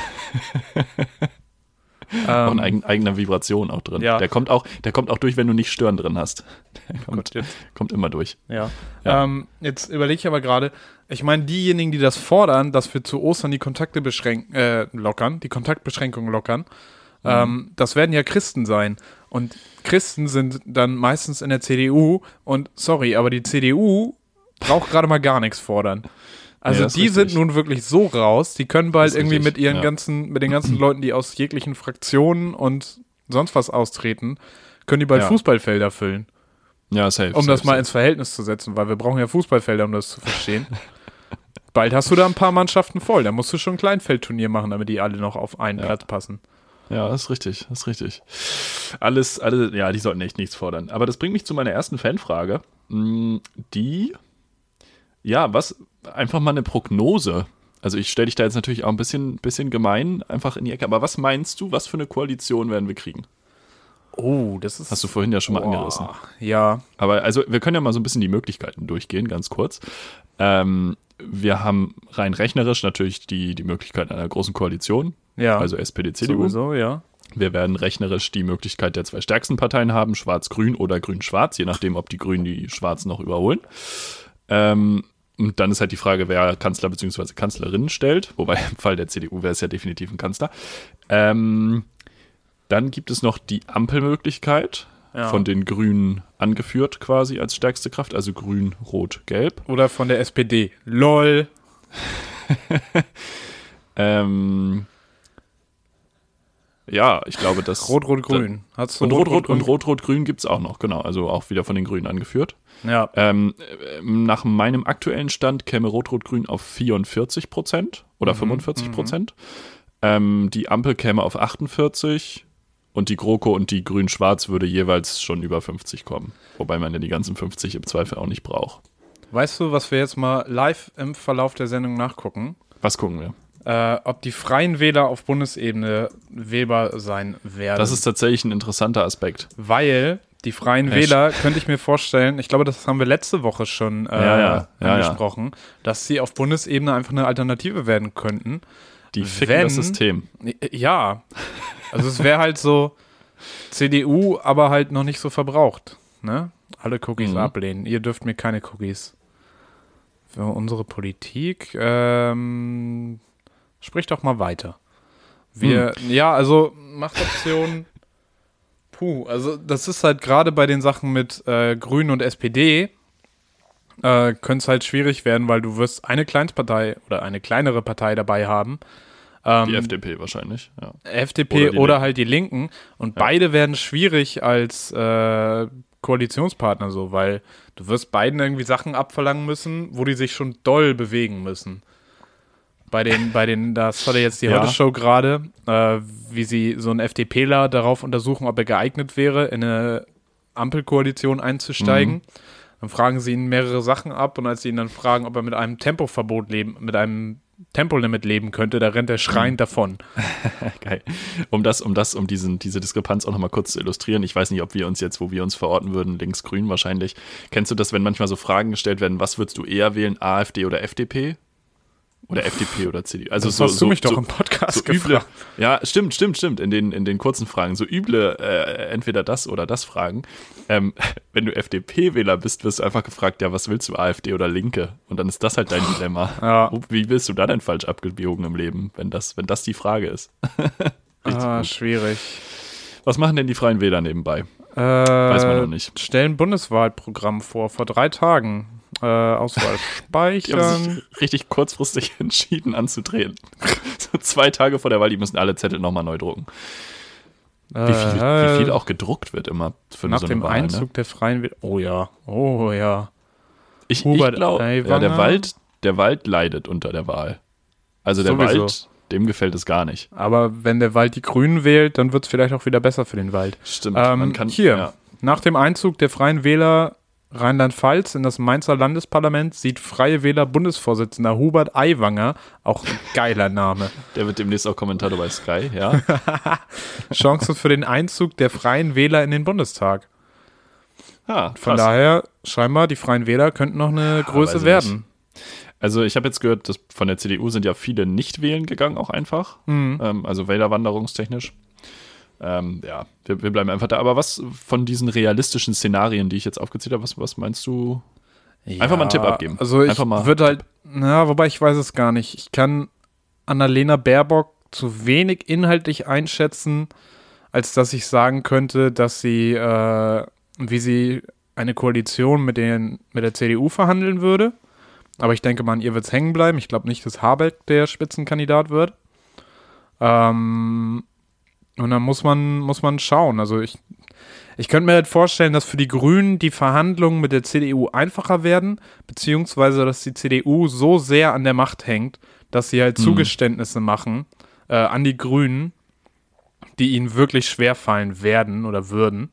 Auch ähm, eine eigen, eigene Vibration auch drin. Ja. Der kommt auch, der kommt auch durch, wenn du nicht Stören drin hast. Der kommt, Gott, jetzt. kommt immer durch. Ja. Ja. Ähm, jetzt überlege ich aber gerade, ich meine, diejenigen, die das fordern, dass wir zu Ostern die Kontakte beschränken, äh, lockern, die Kontaktbeschränkungen lockern, ähm, das werden ja Christen sein. Und Christen sind dann meistens in der C D U und sorry, aber die C D U braucht gerade mal gar nichts fordern. Also Ja, das ist die sind richtig. nun wirklich so raus, die können bald Das ist irgendwie richtig, mit ihren ja. ganzen, mit den ganzen Leuten, die aus jeglichen Fraktionen und sonst was austreten, können die bald Ja. Fußballfelder füllen. Ja, safe. Um safe, das mal safe. ins Verhältnis zu setzen, weil wir brauchen ja Fußballfelder, um das zu verstehen. Bald hast du da ein paar Mannschaften voll. Da musst du schon ein Kleinfeldturnier machen, damit die alle noch auf einen Ja. Platz passen. Ja, das ist richtig, das ist richtig. Alles, alle, ja, die sollten echt nichts fordern. Aber das bringt mich zu meiner ersten Fanfrage. Mm, Die, ja, was, einfach mal eine Prognose. Also ich stelle dich da jetzt natürlich auch ein bisschen, bisschen gemein einfach in die Ecke. Aber was meinst du, was für eine Koalition werden wir kriegen? Oh, das ist. Hast du vorhin ja schon mal Boah. angerissen. Ja. Aber also wir können ja mal so ein bisschen die Möglichkeiten durchgehen, ganz kurz. Ähm, wir haben rein rechnerisch natürlich die, die Möglichkeit einer großen Koalition, Ja. also S P D, C D U. sowieso, ja. Wir werden rechnerisch die Möglichkeit der zwei stärksten Parteien haben, Schwarz-Grün oder Grün-Schwarz, je nachdem, ob die Grünen die Schwarzen noch überholen. Ähm, und dann ist halt die Frage, wer Kanzler bzw. Kanzlerin stellt, wobei im Fall der C D U wäre es ja definitiv ein Kanzler. Ähm, dann gibt es noch die Ampelmöglichkeit, Ja. von den Grünen angeführt quasi als stärkste Kraft, also Grün, Rot, Gelb. Oder von der S P D. LOL. Ähm, ja, ich glaube, das... Rot-Rot-Grün. Hast du Und Rot-Rot Rot-Rot-Grün? und Rot-Rot-Grün gibt es auch noch, genau. Also auch wieder von den Grünen angeführt. Ja. Ähm, äh, nach meinem aktuellen Stand käme Rot-Rot-Grün auf vierundvierzig Prozent oder fünfundvierzig Prozent. Ähm, die Ampel käme auf achtundvierzig und die GroKo und die Grün-Schwarz würde jeweils schon über fünfzig kommen. Wobei man ja die ganzen fünfzig im Zweifel auch nicht braucht. Weißt du, was wir jetzt mal live im Verlauf der Sendung nachgucken? Was gucken wir? Äh, ob die Freien Wähler auf Bundesebene wählbar sein werden. Das ist tatsächlich ein interessanter Aspekt. Weil die Freien Echt? Wähler, könnte ich mir vorstellen, ich glaube, das haben wir letzte Woche schon äh, Ja, ja, ja, angesprochen, dass sie auf Bundesebene einfach eine Alternative werden könnten. Die ficken Wenn- das System. Ja, also es wäre halt so C D U, aber halt noch nicht so verbraucht. Ne? Alle Cookies Mhm. ablehnen. Ihr dürft mir keine Cookies. Für unsere Politik, ähm, sprich doch mal weiter. Wir, ja, also Machtoption, puh, also das ist halt gerade bei den Sachen mit äh, Grünen und S P D, äh, könnte es halt schwierig werden, weil du wirst eine Kleinstpartei oder eine kleinere Partei dabei haben. Ähm, Die F D P wahrscheinlich, ja. F D P Oder oder, die Linken. halt die Linken. Und Ja. beide werden schwierig als äh, Koalitionspartner so, weil du wirst beiden irgendwie Sachen abverlangen müssen, wo die sich schon doll bewegen müssen. Bei den, bei den, das hatte jetzt die Ja. Heute-Show gerade, äh, wie sie so einen FDPler darauf untersuchen, ob er geeignet wäre, in eine Ampelkoalition einzusteigen. Mhm. Dann fragen sie ihn mehrere Sachen ab und als sie ihn dann fragen, ob er mit einem Tempoverbot leben, mit einem Tempolimit leben könnte, da rennt er schreiend mhm. davon. Geil. Um das, um das, um diesen, diese Diskrepanz auch nochmal kurz zu illustrieren, ich weiß nicht, ob wir uns jetzt, wo wir uns verorten würden, links-grün wahrscheinlich. Kennst du das, wenn manchmal so Fragen gestellt werden, was würdest du eher wählen, AfD oder F D P? Oder F D P oder C D U. Also das so, hast so, du mich so, doch im Podcast so gefragt. Üble, ja, stimmt, stimmt, stimmt. In den, in den kurzen Fragen. So üble, äh, entweder das oder das Fragen. Ähm, wenn du F D P-Wähler bist, wirst du einfach gefragt, ja, was willst du, AfD oder Linke? Und dann ist das halt dein Dilemma. Ja. Wie willst du da denn falsch abgebogen im Leben, wenn das, wenn das die Frage ist? ah, gut. Schwierig. Was machen denn die Freien Wähler nebenbei? Äh, Weiß man noch nicht. Stellen Bundeswahlprogramm vor, vor drei Tagen. Äh, Auswahl speichern. Die haben sich richtig kurzfristig entschieden anzutreten. So zwei Tage vor der Wahl, die müssen alle Zettel nochmal neu drucken. Äh, wie, viel, wie viel auch gedruckt wird immer für nach so dem eine Wahl, Einzug ne? der Freien Wähler. Oh ja, oh ja. Ich, ich glaube, ja, der Wald, der Wald leidet unter der Wahl. Also der Sowieso. Wald, dem gefällt es gar nicht. Aber wenn der Wald die Grünen wählt, dann wird es vielleicht auch wieder besser für den Wald. Stimmt. Ähm, man kann, hier, ja. nach dem Einzug der Freien Wähler Rheinland-Pfalz in das Mainzer Landesparlament sieht Freie Wähler Bundesvorsitzender Hubert Aiwanger, auch ein geiler Name. Der wird demnächst auch Kommentator bei Sky, ja. Chancen für den Einzug der Freien Wähler in den Bundestag. Ah, Von daher, scheinbar, die Freien Wähler könnten noch eine Größe ja, werden. Nicht. Also ich habe jetzt gehört, dass von der C D U sind ja viele nicht wählen gegangen, auch einfach. Mhm. Ähm, also Wählerwanderungstechnisch. Ähm, ja, wir, wir bleiben einfach da. Aber was von diesen realistischen Szenarien, die ich jetzt aufgezählt habe, was, was meinst du? Ja, einfach mal einen Tipp abgeben. Also ich würde halt, na, wobei ich weiß es gar nicht. Ich kann Annalena Baerbock zu wenig inhaltlich einschätzen, als dass ich sagen könnte, dass sie, äh, wie sie eine Koalition mit, den, mit der C D U verhandeln würde. Aber ich denke mal, an ihr wird es hängen bleiben. Ich glaube nicht, dass Habeck der Spitzenkandidat wird. Ähm, und dann muss man, muss man schauen. Also ich, ich könnte mir halt vorstellen, dass für die Grünen die Verhandlungen mit der C D U einfacher werden, beziehungsweise dass die C D U so sehr an der Macht hängt, dass sie halt mhm. Zugeständnisse machen äh, an die Grünen, die ihnen wirklich schwerfallen werden oder würden.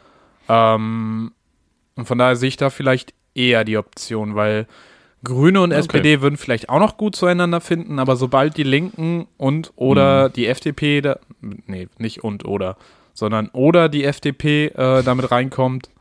Ähm, und von daher sehe ich da vielleicht eher die Option, weil Grüne und okay. S P D würden vielleicht auch noch gut zueinander finden, aber sobald die Linken und oder mhm. die F D P, da, nee, nicht und oder, sondern oder die F D P äh, damit reinkommt,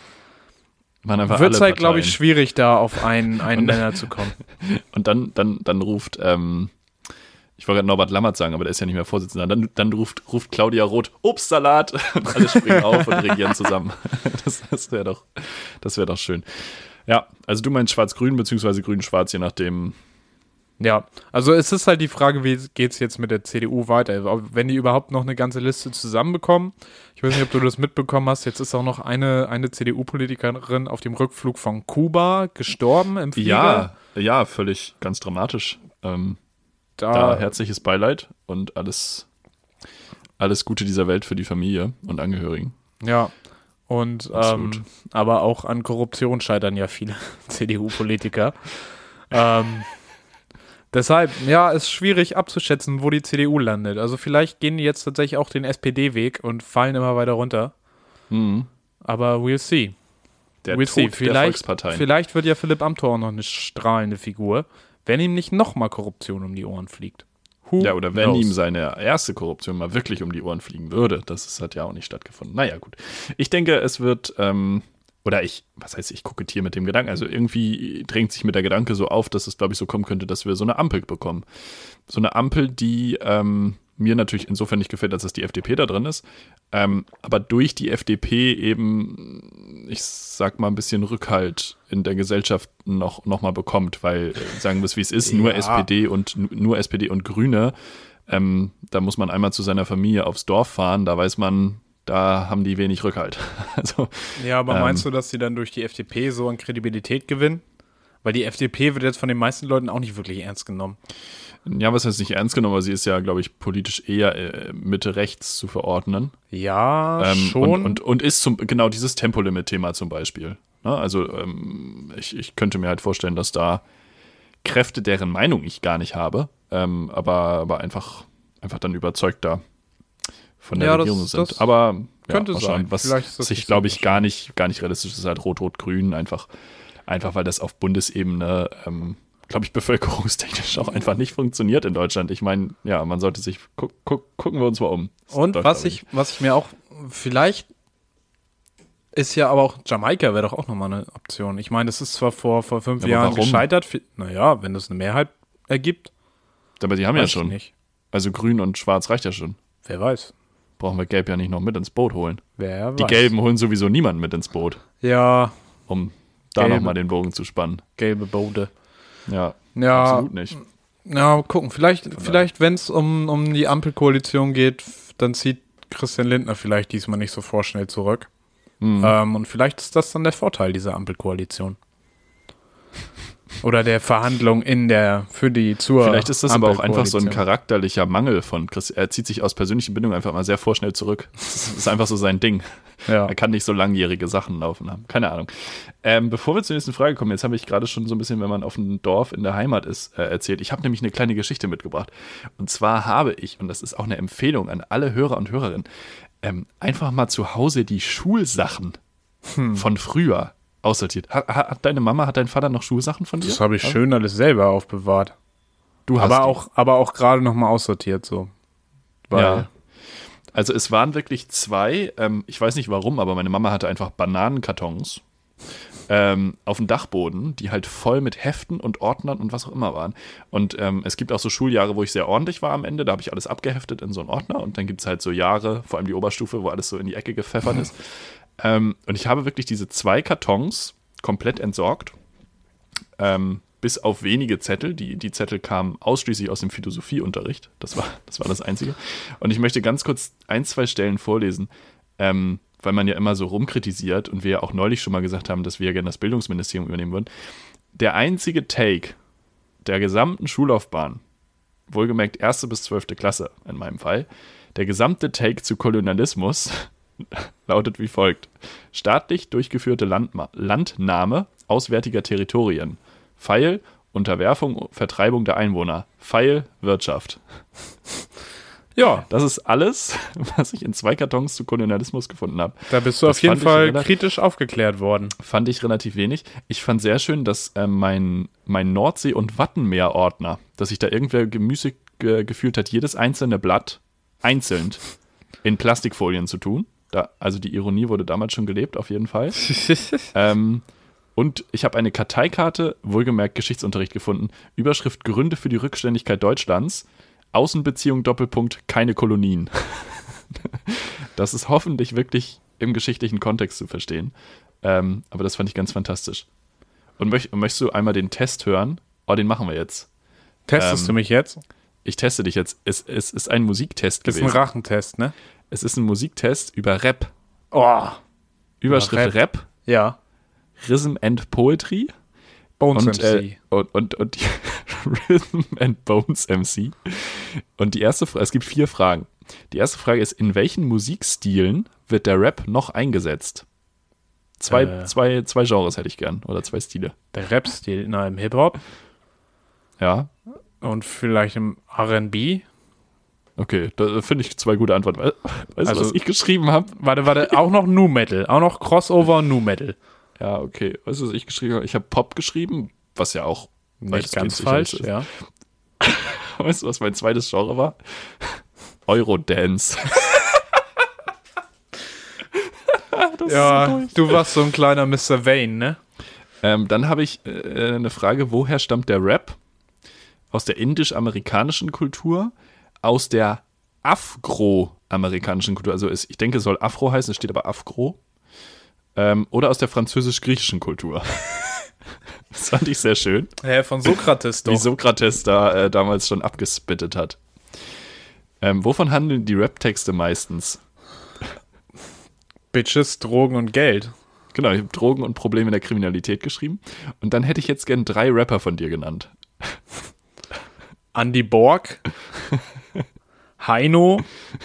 wird es halt, glaube ich, schwierig, da auf einen, einen Nenner zu kommen. Und dann, dann, dann ruft, ähm, ich wollte gerade Norbert Lammert sagen, aber der ist ja nicht mehr Vorsitzender, dann, dann ruft, ruft Claudia Roth, Obstsalat, und alle springen auf und regieren zusammen. Das, das wäre doch, das wäre doch schön. Ja, also du meinst schwarz-grün beziehungsweise grün-schwarz, je nachdem. Ja, also es ist halt die Frage, wie geht es jetzt mit der C D U weiter? Wenn die überhaupt noch eine ganze Liste zusammenbekommen. Ich weiß nicht, ob du das mitbekommen hast. Jetzt ist auch noch eine, eine C D U-Politikerin auf dem Rückflug von Kuba gestorben im Flieger. Ja, ja, völlig ganz dramatisch. Ähm, da, da herzliches Beileid und alles, alles Gute dieser Welt für die Familie und Angehörigen. Ja. Und ähm, aber auch an Korruption scheitern ja viele C D U-Politiker. ähm, deshalb, ja, ist schwierig abzuschätzen, wo die C D U landet. Also vielleicht gehen die jetzt tatsächlich auch den S P D-Weg und fallen immer weiter runter. Mhm. Aber we'll see. Der we'll Tod see. Vielleicht, der Volksparteien. Vielleicht wird ja Philipp Amthor noch eine strahlende Figur, wenn ihm nicht nochmal Korruption um die Ohren fliegt. Who ja, oder wenn knows? ihm seine erste Korruption mal wirklich um die Ohren fliegen würde. Das ist, hat ja auch nicht stattgefunden. Naja, gut. Ich denke, es wird, ähm, oder ich, was heißt, ich kokettiere mit dem Gedanken. Also irgendwie drängt sich mir der Gedanke so auf, dass es, glaube ich, so kommen könnte, dass wir so eine Ampel bekommen. So eine Ampel, die ähm, mir natürlich insofern nicht gefällt, als dass die F D P da drin ist. Ähm, aber durch die F D P eben, ich sag mal, ein bisschen Rückhalt in der Gesellschaft noch, noch mal bekommt, weil, sagen wir es wie es ist, nur ja. S P D und nur S P D und Grüne, ähm, da muss man einmal zu seiner Familie aufs Dorf fahren, da weiß man, da haben die wenig Rückhalt. Also, ja, aber ähm, meinst du, dass sie dann durch die F D P so an Kredibilität gewinnen? Weil die F D P wird jetzt von den meisten Leuten auch nicht wirklich ernst genommen. Ja, was heißt nicht ernst genommen, aber sie ist ja, glaube ich, politisch eher äh, Mitte-rechts zu verordnen. Ja, ähm, schon. Und, und, und ist zum, genau dieses Tempolimit-Thema zum Beispiel. Ne? Also ähm, ich, ich könnte mir halt vorstellen, dass da Kräfte, deren Meinung ich gar nicht habe, ähm, aber, aber einfach, einfach dann überzeugter von der ja, Regierung das, sind. Das, aber Könnte ja, sein. schauen, was Vielleicht ist das sich, nicht glaube so ich, gar nicht, gar nicht realistisch ist, halt Rot-Rot-Grün, einfach, einfach weil das auf Bundesebene, ähm, glaube ich, bevölkerungstechnisch auch einfach nicht funktioniert in Deutschland. Ich meine, ja, man sollte sich, gu gu gucken wir uns mal um. Das Und läuft was aber ich, was ich mir auch, vielleicht ist ja aber auch, Jamaika wäre doch auch nochmal eine Option. Ich meine, das ist zwar vor, vor fünf Ja, aber Jahren warum? gescheitert. vi- Naja, wenn das eine Mehrheit ergibt, nicht. Aber die haben ja weiß ich schon. nicht. Also grün und schwarz reicht ja schon. Wer weiß. Brauchen wir gelb ja nicht noch mit ins Boot holen. Wer Die weiß. Gelben holen sowieso niemanden mit ins Boot, Ja, um da Gelbe. nochmal den Bogen zu spannen. gelbe Bode. Ja, Ja, absolut nicht. ja, gucken. Vielleicht, vielleicht wenn es um, um die Ampelkoalition geht, f- dann zieht Christian Lindner vielleicht diesmal nicht so vorschnell zurück. Mhm. Ähm, und vielleicht ist das dann der Vorteil dieser Ampelkoalition. Oder der Verhandlung in der, für die zur Vielleicht ist das aber auch einfach so ein Ampelkoalition. charakterlicher Mangel von Chris. Er zieht sich aus persönlichen Bindungen einfach mal sehr vorschnell zurück. Das ist einfach so sein Ding. Ja. Er kann nicht so langjährige Sachen laufen haben. Keine Ahnung. Ähm, bevor wir zur nächsten Frage kommen, jetzt habe ich gerade schon so ein bisschen, wenn man auf einem Dorf in der Heimat ist, äh, erzählt. Ich habe nämlich eine kleine Geschichte mitgebracht. Und zwar habe ich, und das ist auch eine Empfehlung an alle Hörer und Hörerinnen, ähm, einfach mal zu Hause die Schulsachen Hm. von früher aussortiert. Hat, hat deine Mama, hat dein Vater noch Schulsachen von dir? Das habe ich schön alles selber aufbewahrt. Du hast Aber die. auch, aber auch gerade nochmal aussortiert so. Weil, Ja. Also es waren wirklich zwei, ähm, ich weiß nicht warum, aber meine Mama hatte einfach Bananenkartons ähm, auf dem Dachboden, die halt voll mit Heften und Ordnern und was auch immer waren. Und ähm, es gibt auch so Schuljahre, wo ich sehr ordentlich war am Ende, da habe ich alles abgeheftet in so einen Ordner und dann gibt es halt so Jahre, vor allem die Oberstufe, wo alles so in die Ecke gepfeffert ist. Ähm, und ich habe wirklich diese zwei Kartons komplett entsorgt, ähm, bis auf wenige Zettel. Die, die Zettel kamen ausschließlich aus dem Philosophieunterricht. Das war, das war das Einzige. Und ich möchte ganz kurz ein, zwei Stellen vorlesen, ähm, weil man ja immer so rumkritisiert und wir ja auch neulich schon mal gesagt haben, dass wir ja gerne das Bildungsministerium übernehmen würden. Der einzige Take der gesamten Schullaufbahn, wohlgemerkt erste bis zwölfte Klasse in meinem Fall, der gesamte Take zu Kolonialismus lautet wie folgt. Staatlich durchgeführte Landma Landnahme auswärtiger Territorien. Pfeil, Unterwerfung, Vertreibung der Einwohner. Pfeil, Wirtschaft. ja, Das ist alles, was ich in zwei Kartons zu Kolonialismus gefunden habe. da bist du Das auf jeden fand ich Fall relativ- kritisch aufgeklärt worden. Fand ich relativ wenig. Ich fand sehr schön, dass äh, mein, mein Nordsee- und Wattenmeer-Ordner, dass sich da irgendwer gemüßig äh, gefühlt hat, jedes einzelne Blatt einzeln in Plastikfolien zu tun. Da, also die Ironie wurde damals schon gelebt, auf jeden Fall. ähm, und ich habe eine Karteikarte, wohlgemerkt Geschichtsunterricht gefunden. Überschrift Gründe für die Rückständigkeit Deutschlands. Außenbeziehung Doppelpunkt, keine Kolonien. Das ist hoffentlich wirklich im geschichtlichen Kontext zu verstehen. Ähm, aber das fand ich ganz fantastisch. Und möch, möchtest du einmal den Test hören? Oh, den machen wir jetzt. Testest Ähm, du mich jetzt? Ich teste dich jetzt. Es, es ist ein Musiktest Das ist ein gewesen. Rachentest, ne? Es ist ein Musiktest über Rap. Oh, Überschrift Rap. Rap, ja. Rhythm and Poetry Bones und, M C. äh, und, und, und die Rhythm and Bones M C. Und die erste Frage, es gibt vier Fragen. Die erste Frage ist, in welchen Musikstilen wird der Rap noch eingesetzt? Zwei, Äh. zwei, zwei Genres hätte ich gern, oder zwei Stile. Der Rap-Stil, na, im Hip-Hop Ja, und vielleicht im R and B. okay, da finde ich zwei gute Antworten. We- Weißt Also- du, was ich geschrieben habe? Warte, warte, auch noch Nu Metal, auch noch Crossover und Nu Metal. Ja, okay. Weißt du, was ich geschrieben habe? Ich habe Pop geschrieben, was ja auch Nicht weitestgehend ganz sicherlich falsch, ist. ja. Weißt du, was mein zweites Genre war? Eurodance. Das Ja, ist so durch. du warst so ein kleiner Mister Vane, ne? Ähm, dann habe ich äh, eine Frage, woher stammt der Rap? Aus der indisch-amerikanischen Kultur, aus der afroamerikanischen Kultur, also es, ich denke, es soll Afro heißen, es steht aber Afro, ähm, oder aus der französisch-griechischen Kultur. Das fand ich sehr schön, Hä, von Sokrates wie Sokrates da äh, damals schon abgespittet hat. Ähm, wovon handeln die Rap-Texte meistens? Bitches, Drogen und Geld. Genau, ich habe Drogen und Probleme in der Kriminalität geschrieben. Und dann hätte ich jetzt gern drei Rapper von dir genannt. Andy Borg, Heino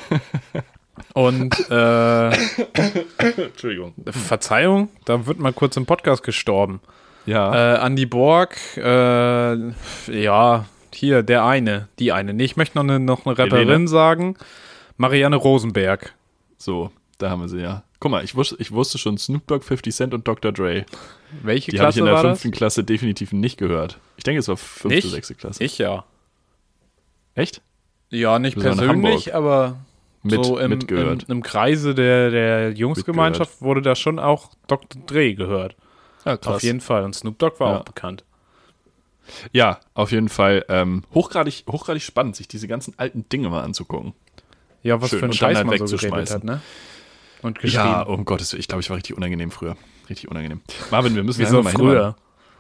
und äh, Entschuldigung. Verzeihung, da wird mal kurz im Podcast gestorben. Ja. Äh, Andy Borg, äh, ja, hier, der eine, die eine. Nee, ich möchte noch eine, noch eine Rapperin Helene? sagen. Marianne Rosenberg. So, Da haben wir sie, ja. Guck mal, ich wusste, ich wusste schon Snoop Dogg, fifty Cent und Doktor Dre. Welche Die habe ich Klasse in der war das? fünften Klasse definitiv nicht gehört. Ich denke, es war fünfte, Nicht? sechste Klasse. Ich ja. Echt? Ja, nicht Wir waren in persönlich, aber Mit, so im, mitgehört. im, im Kreise der, der Jungsgemeinschaft wurde da schon auch Doktor Dre gehört. Ja, krass. Auf jeden Fall. Und Snoop Dogg war Ja. auch bekannt. Ja, auf jeden Fall ähm, hochgradig, hochgradig spannend, sich diese ganzen alten Dinge mal anzugucken. Ja, was Schön. für ein Und dann Scheiß halt man so geredet wegzuschmeißen. hat, ne? Und geschrieben. Ja, um Gottes Willen. Ich glaube, ich war richtig unangenehm früher. Richtig unangenehm. Marvin, wir müssen Wieso mal früher?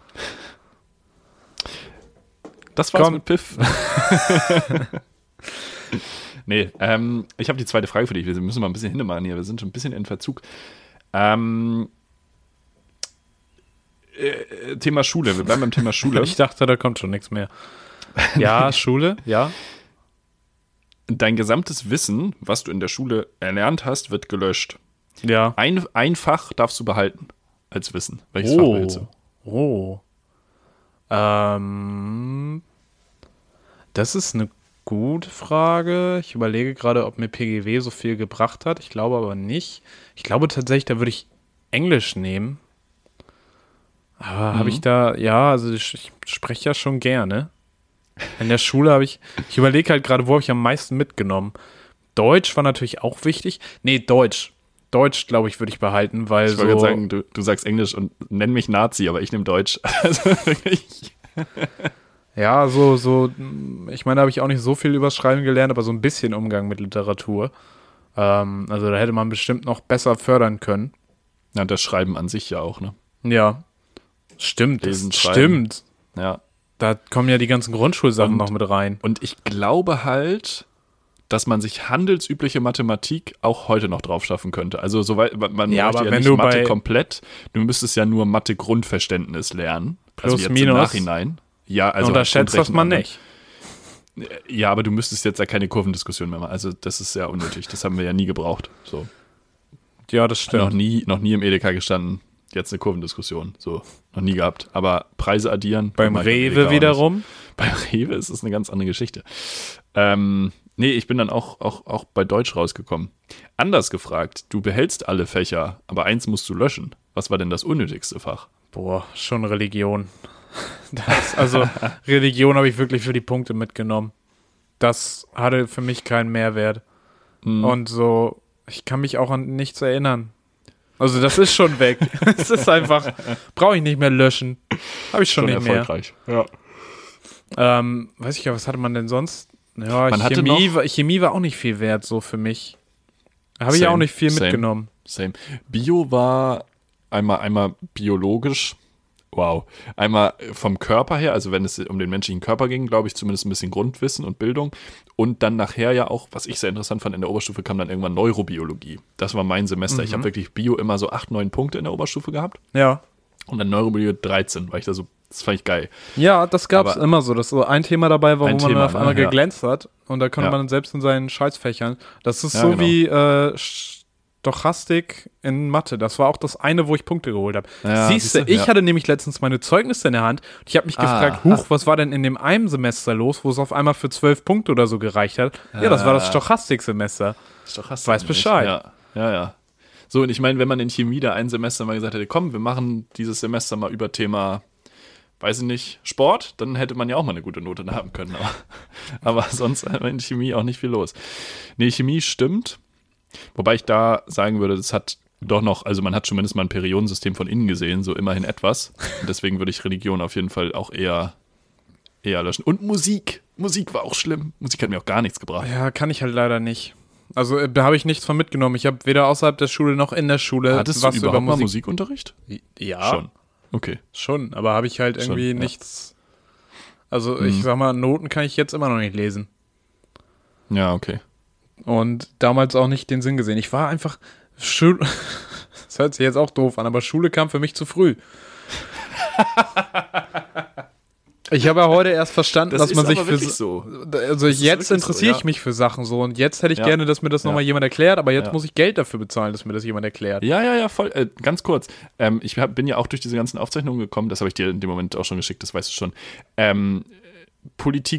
Das war's Komm. mit Piff. Nee, ähm, ich habe die zweite Frage für dich. Wir müssen mal ein bisschen hinmachen hier. Wir sind schon ein bisschen in Verzug. Ähm, äh, Thema Schule. Wir bleiben beim Thema Schule. Ich dachte, da kommt schon nichts mehr. Ja, Schule, ja. Dein gesamtes Wissen, was du in der Schule erlernt hast, wird gelöscht. Ja. Ein, ein Fach darfst du behalten als Wissen. Welches Fach willst du? Oh. Ähm, das ist eine gute Frage. Ich überlege gerade, ob mir P G W so viel gebracht hat. Ich glaube aber nicht. Ich glaube tatsächlich, da würde ich Englisch nehmen. Aber Mhm. habe ich da, ja, also ich, ich spreche ja schon gerne. In der Schule habe ich, ich überlege halt gerade, wo habe ich am meisten mitgenommen. Deutsch war natürlich auch wichtig. Nee, Deutsch. Deutsch, glaube ich, würde ich behalten, weil Ich wollte so... gerade sagen, du, du sagst Englisch und nenn mich Nazi, aber ich nehme Deutsch. Also wirklich. Ja, so, so, ich meine, da habe ich auch nicht so viel übers Schreiben gelernt, aber so ein bisschen Umgang mit Literatur. Ähm, also da hätte man bestimmt noch besser fördern können. Ja, das Schreiben an sich ja auch, ne? Ja, stimmt, Lesen, das schreiben. stimmt. Ja. Da kommen ja die ganzen Grundschulsachen Und- noch mit rein. Und ich glaube halt, dass man sich handelsübliche Mathematik auch heute noch drauf schaffen könnte. Also soweit man Ja, bräuchte aber ja wenn nicht du Mathe bei- komplett, du müsstest ja nur Mathe Grundverständnis lernen. Plus, also jetzt minus. im Nachhinein. Ja, also Unterschätzt halt das man Grundrechenarten. nicht. Ja, aber du müsstest jetzt ja keine Kurvendiskussion mehr machen. Also das ist ja unnötig. Das haben wir ja nie gebraucht. So. Ja, das Noch stimmt. nie, noch nie im Edeka gestanden. Jetzt eine Kurvendiskussion. So, noch nie gehabt. Aber Preise addieren. Beim mach ich im Edeka Rewe auch wiederum. nicht. Beim Rewe ist es eine ganz andere Geschichte. Ähm, nee, ich bin dann auch, auch, auch bei Deutsch rausgekommen. Anders gefragt, du behältst alle Fächer, aber eins musst du löschen. Was war denn das unnötigste Fach? Boah, schon Religion. Das, also Religion habe ich wirklich für die Punkte mitgenommen. Das hatte für mich keinen Mehrwert. Hm. Und so, ich kann mich auch an nichts erinnern. Also das ist schon weg. Es ist einfach, brauche ich nicht mehr löschen. Habe ich schon, nicht erfolgreich. Ja. mehr. Ähm, weiß ich ja, was hatte man denn sonst? Ja, Man hatte Chemie, noch- war, Chemie war auch nicht viel wert so für mich. Habe ich Same, auch nicht viel same. mitgenommen. Same. Bio war einmal, einmal biologisch. Wow. Einmal vom Körper her, also wenn es um den menschlichen Körper ging, glaube ich, zumindest ein bisschen Grundwissen und Bildung. Und dann nachher ja auch, was ich sehr interessant fand, in der Oberstufe kam dann irgendwann Neurobiologie. Das war mein Semester. Ich habe wirklich Bio immer so acht, neun Punkte in der Oberstufe gehabt. Ja. Und dann Neurobiologie dreizehn, weil ich da so, das fand ich geil. Ja, das gab es Aber- immer so, dass so ein Thema dabei war, Ein wo man Thema, auf einmal ne? Ja. geglänzt hat und da konnte Ja. man selbst in seinen Scheißfächern. Das ist Ja, so genau. wie äh, Stochastik in Mathe. Das war auch das eine, wo ich Punkte geholt habe. Ja, Siehst du, siehste? ich Ja. hatte nämlich letztens meine Zeugnisse in der Hand und ich habe mich Ah. gefragt, huch, was war denn in dem einen Semester los, wo es auf einmal für zwölf Punkte oder so gereicht hat? Ja, das war das Ah. Stochastiksemester. Stochastik Weiß nämlich. Bescheid. Ja, ja, ja. So, und ich meine, wenn man in Chemie da ein Semester mal gesagt hätte, komm, wir machen dieses Semester mal über Thema, weiß ich nicht, Sport, dann hätte man ja auch mal eine gute Note haben können. Aber, aber sonst hat man in Chemie auch nicht viel los. Nee, Chemie stimmt. Wobei ich da sagen würde, das hat doch noch, also man hat zumindest mal ein Periodensystem von innen gesehen, so immerhin etwas. Und deswegen würde ich Religion auf jeden Fall auch eher, eher löschen. Und Musik. Musik war auch schlimm. Musik hat mir auch gar nichts gebracht. Ja, kann ich halt leider nicht. Also äh, da habe ich nichts von mitgenommen. Ich habe weder außerhalb der Schule noch in der Schule Hattest was du überhaupt über mal Musik. Musikunterricht? Ja, Schon. Okay. Schon, aber habe ich halt irgendwie Schon, ja. nichts. Also ich sag mal, Noten kann ich jetzt immer noch nicht lesen. Ja, okay. Und damals auch nicht den Sinn gesehen. Ich war einfach Schule. Das hört sich jetzt auch doof an, aber Schule kam für mich zu früh. Ich habe ja heute erst verstanden, Das dass man ist sich aber für wirklich so. also ist jetzt wirklich interessiere so, ich ja. mich für Sachen so und jetzt hätte ich Ja. gerne, dass mir das Ja. nochmal jemand erklärt, aber jetzt Ja. muss ich Geld dafür bezahlen, dass mir das jemand erklärt. Ja, ja, ja, voll. Äh, ganz kurz. Ähm, ich hab, bin ja auch durch diese ganzen Aufzeichnungen gekommen, das habe ich dir in dem Moment auch schon geschickt, das weißt du schon. Ähm,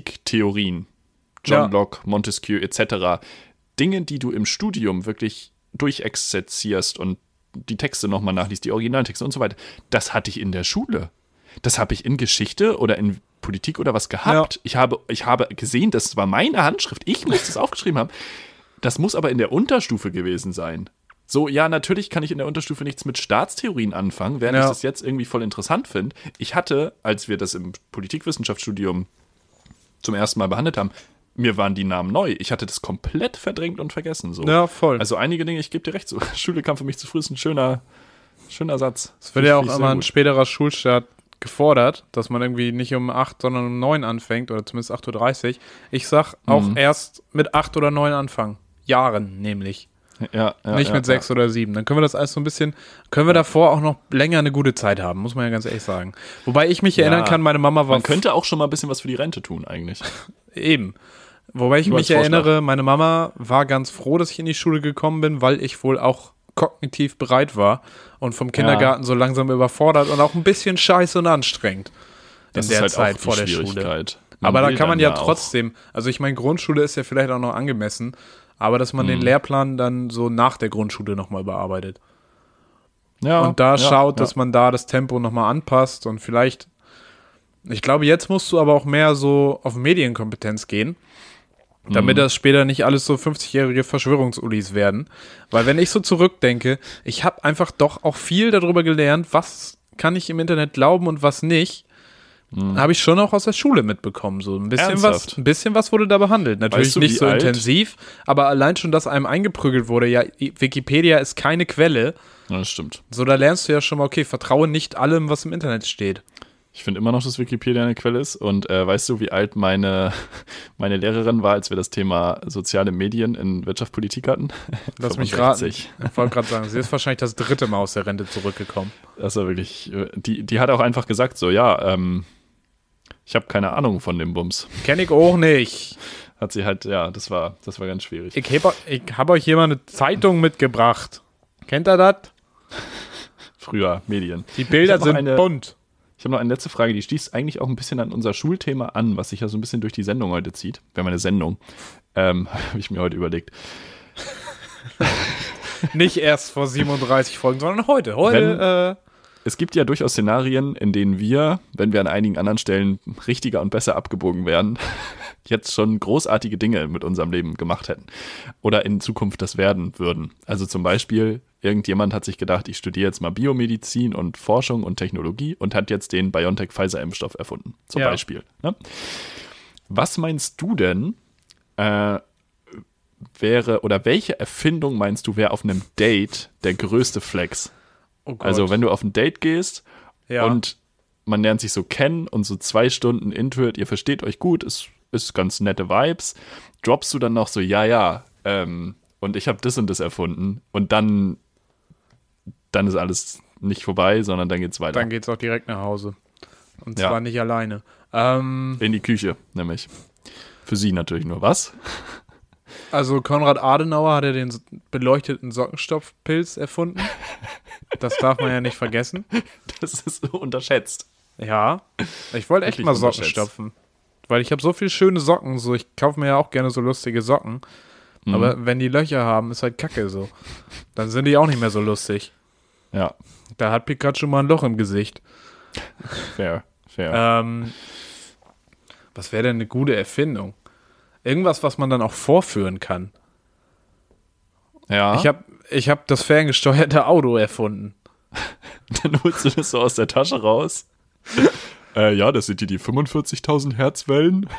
Politiktheorien, John Ja. Locke, Montesquieu et cetera. Dinge, die du im Studium wirklich durchexerzierst und die Texte nochmal nachliest, die Originaltexte und so weiter. Das hatte ich in der Schule. Das habe ich in Geschichte oder in Politik oder was gehabt. Ja. Ich habe, ich habe gesehen, das war meine Handschrift. Ich muss das aufgeschrieben haben. Das muss aber in der Unterstufe gewesen sein. So, ja, natürlich kann ich in der Unterstufe nichts mit Staatstheorien anfangen, während ja. ich das jetzt irgendwie voll interessant finde. Ich hatte, als wir das im Politikwissenschaftsstudium zum ersten Mal behandelt haben, mir waren die Namen neu. Ich hatte das komplett verdrängt und vergessen. So. Ja, voll. Also einige Dinge, ich gebe dir recht, so Schule kam für mich zu früh, ist ein schöner, schöner Satz. Es wird ja auch immer ein späterer Schulstart gefordert, dass man irgendwie nicht um acht, sondern um neun anfängt, oder zumindest acht Uhr dreißig. Ich sag auch mhm. erst mit acht oder neun anfangen. Jahren nämlich. Ja, ja, nicht ja, mit sechs ja. oder sieben. Dann können wir das alles so ein bisschen, können wir davor auch noch länger eine gute Zeit haben, muss man ja ganz ehrlich sagen. Wobei ich mich ja, erinnern kann, meine Mama war... Man könnte auch schon mal ein bisschen was für die Rente tun eigentlich. Eben. Wobei ich Nur mich erinnere, meine Mama war ganz froh, dass ich in die Schule gekommen bin, weil ich wohl auch kognitiv bereit war und vom Kindergarten ja. so langsam überfordert und auch ein bisschen scheiße und anstrengend das in der halt Zeit vor der Schule. Aber da kann man ja trotzdem, also ich meine, Grundschule ist ja vielleicht auch noch angemessen, aber dass man mhm. den Lehrplan dann so nach der Grundschule nochmal überarbeitet. Ja, und da ja, schaut, ja. dass man da das Tempo nochmal anpasst und vielleicht, ich glaube, jetzt musst du aber auch mehr so auf Medienkompetenz gehen, damit mhm. das später nicht alles so fünfzigjährige Verschwörungsulis werden. Weil wenn ich so zurückdenke, ich habe einfach doch auch viel darüber gelernt, was kann ich im Internet glauben und was nicht. Mhm. Habe ich schon auch aus der Schule mitbekommen. So ein bisschen was, ein bisschen was wurde da behandelt. Natürlich weißt du, nicht so alt? intensiv, aber allein schon, dass einem eingeprügelt wurde, ja, Wikipedia ist keine Quelle. Ja, das stimmt. So, da lernst du ja schon mal, okay, vertraue nicht allem, was im Internet steht. Ich finde immer noch, dass Wikipedia eine Quelle ist. Und äh, weißt du, wie alt meine, meine Lehrerin war, als wir das Thema soziale Medien in Wirtschaft, Politik hatten? Lass mich raten. Ich wollte gerade sagen, sie ist wahrscheinlich das dritte Mal aus der Rente zurückgekommen. Das war wirklich, die, die hat auch einfach gesagt so, ja, ähm, ich habe keine Ahnung von dem Bums. Kenn ich auch nicht. Hat sie halt, ja, das war, das war ganz schwierig. Ich habe ich hab euch hier mal eine Zeitung mitgebracht. Kennt ihr das? Früher, Medien. Die Bilder sind eine, bunt. Ich habe noch eine letzte Frage, die schließt eigentlich auch ein bisschen an unser Schulthema an, was sich ja so ein bisschen durch die Sendung heute zieht. Wir haben eine Sendung, ähm, habe ich mir heute überlegt. Nicht erst vor siebenunddreißig Folgen, sondern heute. Heute, Wenn, äh, Es gibt ja durchaus Szenarien, in denen wir, wenn wir an einigen anderen Stellen richtiger und besser abgebogen wären, jetzt schon großartige Dinge mit unserem Leben gemacht hätten. Oder in Zukunft das werden würden. Also zum Beispiel, irgendjemand hat sich gedacht, ich studiere jetzt mal Biomedizin und Forschung und Technologie und hat jetzt den BioNTech-Pfizer-Impfstoff erfunden. Zum ja. Beispiel. Ne? Was meinst du denn, äh, wäre, oder welche Erfindung meinst du, wäre auf einem Date der größte Flex? Oh Gott. Also wenn du auf ein Date gehst ja. und man lernt sich so kennen und so zwei Stunden Intuit, ihr versteht euch gut, ist, ist ganz nette Vibes, droppst du dann noch so, ja, ja, ähm, und ich habe das und das erfunden und dann, dann ist alles nicht vorbei, sondern dann geht's weiter. Dann geht's auch direkt nach Hause. Und ja. zwar nicht alleine. Ähm, In die Küche, nämlich. Für sie natürlich nur. Was? Also Konrad Adenauer hat ja den beleuchteten Sockenstopfpilz erfunden. Das darf man ja nicht vergessen. Das ist so unterschätzt. Ja, ich wollte echt mal Socken stopfen. Weil ich habe so viele schöne Socken, so ich kaufe mir ja auch gerne so lustige Socken. Mhm. Aber wenn die Löcher haben, ist halt Kacke so. Dann sind die auch nicht mehr so lustig. Ja. Da hat Pikachu mal ein Loch im Gesicht. Fair, fair. Ähm, was wäre denn eine gute Erfindung? Irgendwas, was man dann auch vorführen kann. Ja. Ich habe ich hab das ferngesteuerte Auto erfunden. Dann holst du das so aus der Tasche raus. äh, ja, das sind die, die fünfundvierzigtausend Hertz Wellen.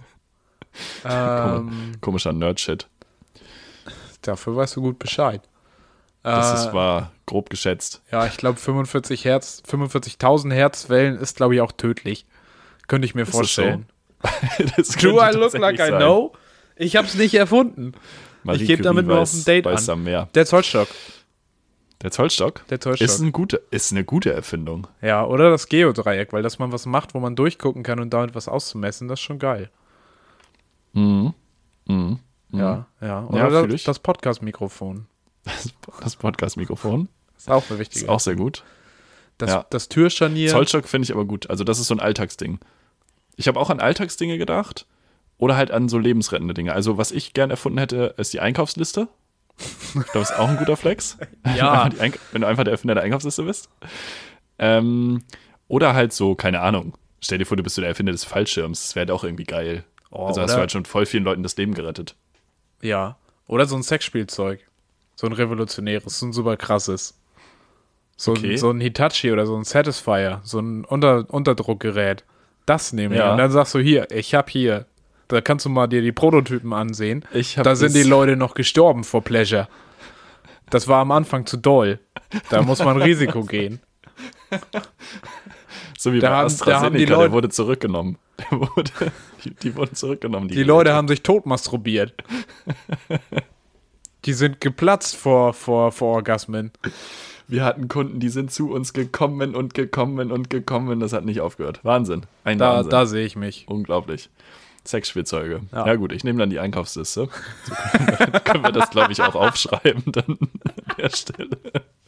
Ähm, Komischer Nerd-Shit. Dafür weißt du gut Bescheid. Das äh, ist, war grob geschätzt. Ja, ich glaube fünfundvierzig Hertz, fünfundvierzigtausend Hertz Wellen ist, glaube ich, auch tödlich. Könnte ich mir ist vorstellen. Das so? Do I look like I know? Ich habe es nicht erfunden. Marie ich gebe damit nur auf ein Date weiß an. Mehr. Der Zollstock. Der Zollstock? Der Zollstock. Ist, ein gute, ist eine gute Erfindung. Ja, oder das Geodreieck, weil dass man was macht, wo man durchgucken kann und damit was auszumessen, das ist schon geil. Mhm. Mhm. Ja, ja. Oder ja, das, das Podcast-Mikrofon. Das, das Podcast-Mikrofon. Ist auch eine wichtige. Ist auch sehr gut. Das, ja. das Türscharnier. Zollstock finde ich aber gut. Also das ist so ein Alltagsding. Ich habe auch an Alltagsdinge gedacht oder halt an so lebensrettende Dinge. Also was ich gern erfunden hätte, ist die Einkaufsliste. Ich glaube, das ist auch ein guter Flex. Ja. Wenn, Eink- wenn du einfach der Erfinder der Einkaufsliste bist. Ähm, oder halt so, keine Ahnung. Stell dir vor, du bist so der Erfinder des Fallschirms. Das wäre halt auch irgendwie geil. Oh, also hast oder? du halt schon voll vielen Leuten das Leben gerettet. Ja. Oder so ein Sexspielzeug. So ein revolutionäres, so ein super krasses. So, Okay. ein, so ein Hitachi oder so ein Satisfier, so ein Unter, Unterdruckgerät. Das nehme ich. Ja. Und dann sagst du, hier, ich hab hier. Da kannst du mal dir die Prototypen ansehen. Ich hab Da sind das- die Leute noch gestorben vor Pleasure. Das war am Anfang zu doll. Da muss man Risiko gehen. So wie Da bei haben- AstraZeneca, da haben die der Leute- wurde zurückgenommen. Der wurde, die, die wurden zurückgenommen. Die Leute haben sich tot masturbiert. Die sind geplatzt vor, vor, vor Orgasmen. Wir hatten Kunden, die sind zu uns gekommen und gekommen und gekommen. Das hat nicht aufgehört. Wahnsinn. Ein Da, Wahnsinn. da sehe ich mich. Unglaublich. Sexspielzeuge. Ja. Ja. gut, ich nehme dann die Einkaufsliste. So können wir, können wir das, glaube ich, auch aufschreiben dann an der Stelle.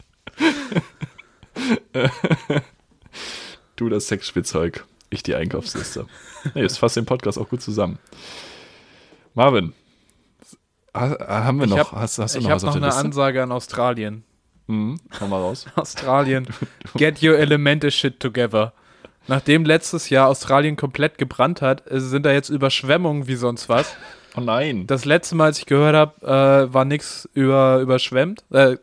Du das Sexspielzeug, ich die Einkaufsliste. Nee, das fasst den Podcast auch gut zusammen. Marvin, ha- haben wir Ich noch, hab- hast, hast du Ich noch habe was auf noch der eine Liste? Ansage an Australien. Mhm, komm mal raus. Australien, get your elemente shit together. Nachdem letztes Jahr Australien komplett gebrannt hat, äh, sind da jetzt Überschwemmungen wie sonst was. Oh nein. Das letzte Mal, als ich gehört habe, äh, war nichts über, überschwemmt. Äh,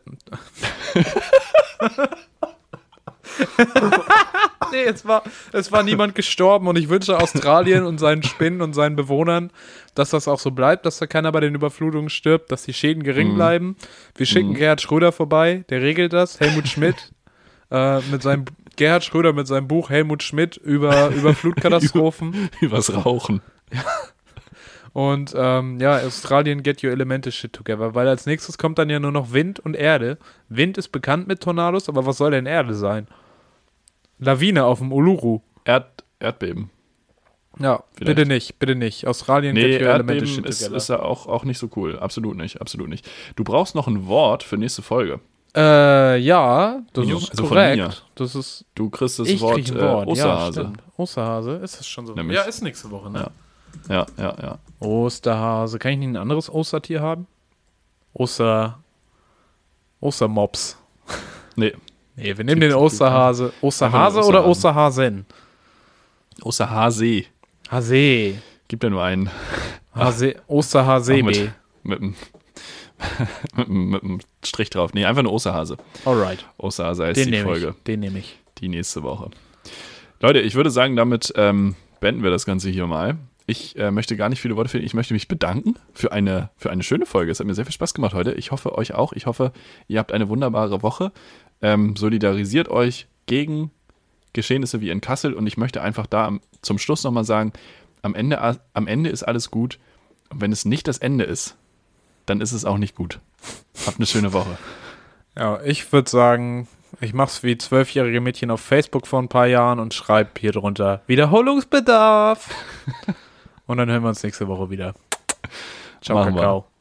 nee, es war, es war niemand gestorben und ich wünsche Australien und seinen Spinnen und seinen Bewohnern, dass das auch so bleibt, dass da keiner bei den Überflutungen stirbt, dass die Schäden gering Mhm. bleiben. Wir schicken Mhm. Gerhard Schröder vorbei, der regelt das. Helmut Schmidt äh, mit seinem Gerhard Schröder mit seinem Buch Helmut Schmidt über, über Flutkatastrophen. Übers Rauchen. Und ähm, ja, Australien, get your elemente shit together, weil als nächstes kommt dann ja nur noch Wind und Erde. Wind ist bekannt mit Tornados, aber was soll denn Erde sein? Lawine auf dem Uluru. Erd, Erdbeben. Ja, Vielleicht. bitte nicht, bitte nicht. Australien, Nee, get your elemente Erdbeben shit ist, together. ist ja auch, auch nicht so cool. Absolut nicht, absolut nicht. Du brauchst noch ein Wort für nächste Folge. Äh, ja, das Jo, ist also von mir. korrekt. Das ist, Du kriegst das ich Wort, krieg ein äh, Wort. Ja, Osterhase. stimmt. Osterhase, ist das schon so? Nämlich. Ja, ist nächste Woche, ne? Ja. ja, ja, ja. Osterhase. Kann ich nicht ein anderes Ostertier haben? Oster... Ostermops. Nee, Nee, wir nehmen den Osterhase. Osterhase Einfach oder nur Osterhasen? Osterhase. Hase. Gibt ja nur einen. Hase. Osterhase. Auch mit, mit, einem, mit, einem, mit einem Strich drauf. Nee, einfach nur Osterhase. Alright. Osterhase heißt Den die nehme Folge. ich. Den nehme ich. Die nächste Woche. Leute, ich würde sagen, damit ähm, beenden wir das Ganze hier mal. Ich äh, möchte gar nicht viele Worte finden. Ich möchte mich bedanken für eine, für eine schöne Folge. Es hat mir sehr viel Spaß gemacht heute. Ich hoffe, euch auch. Ich hoffe, ihr habt eine wunderbare Woche. Ähm, solidarisiert euch gegen Geschehnisse wie in Kassel. Und ich möchte einfach da am, zum Schluss nochmal sagen, am Ende, am Ende ist alles gut. Und wenn es nicht das Ende ist, dann ist es auch nicht gut. Habt eine schöne Woche. Ja, ich würde sagen, ich mach's wie zwölfjährige Mädchen auf Facebook vor ein paar Jahren und schreibe hier drunter Wiederholungsbedarf. Und dann hören wir uns nächste Woche wieder. Ciao, Machen wir. Kakao.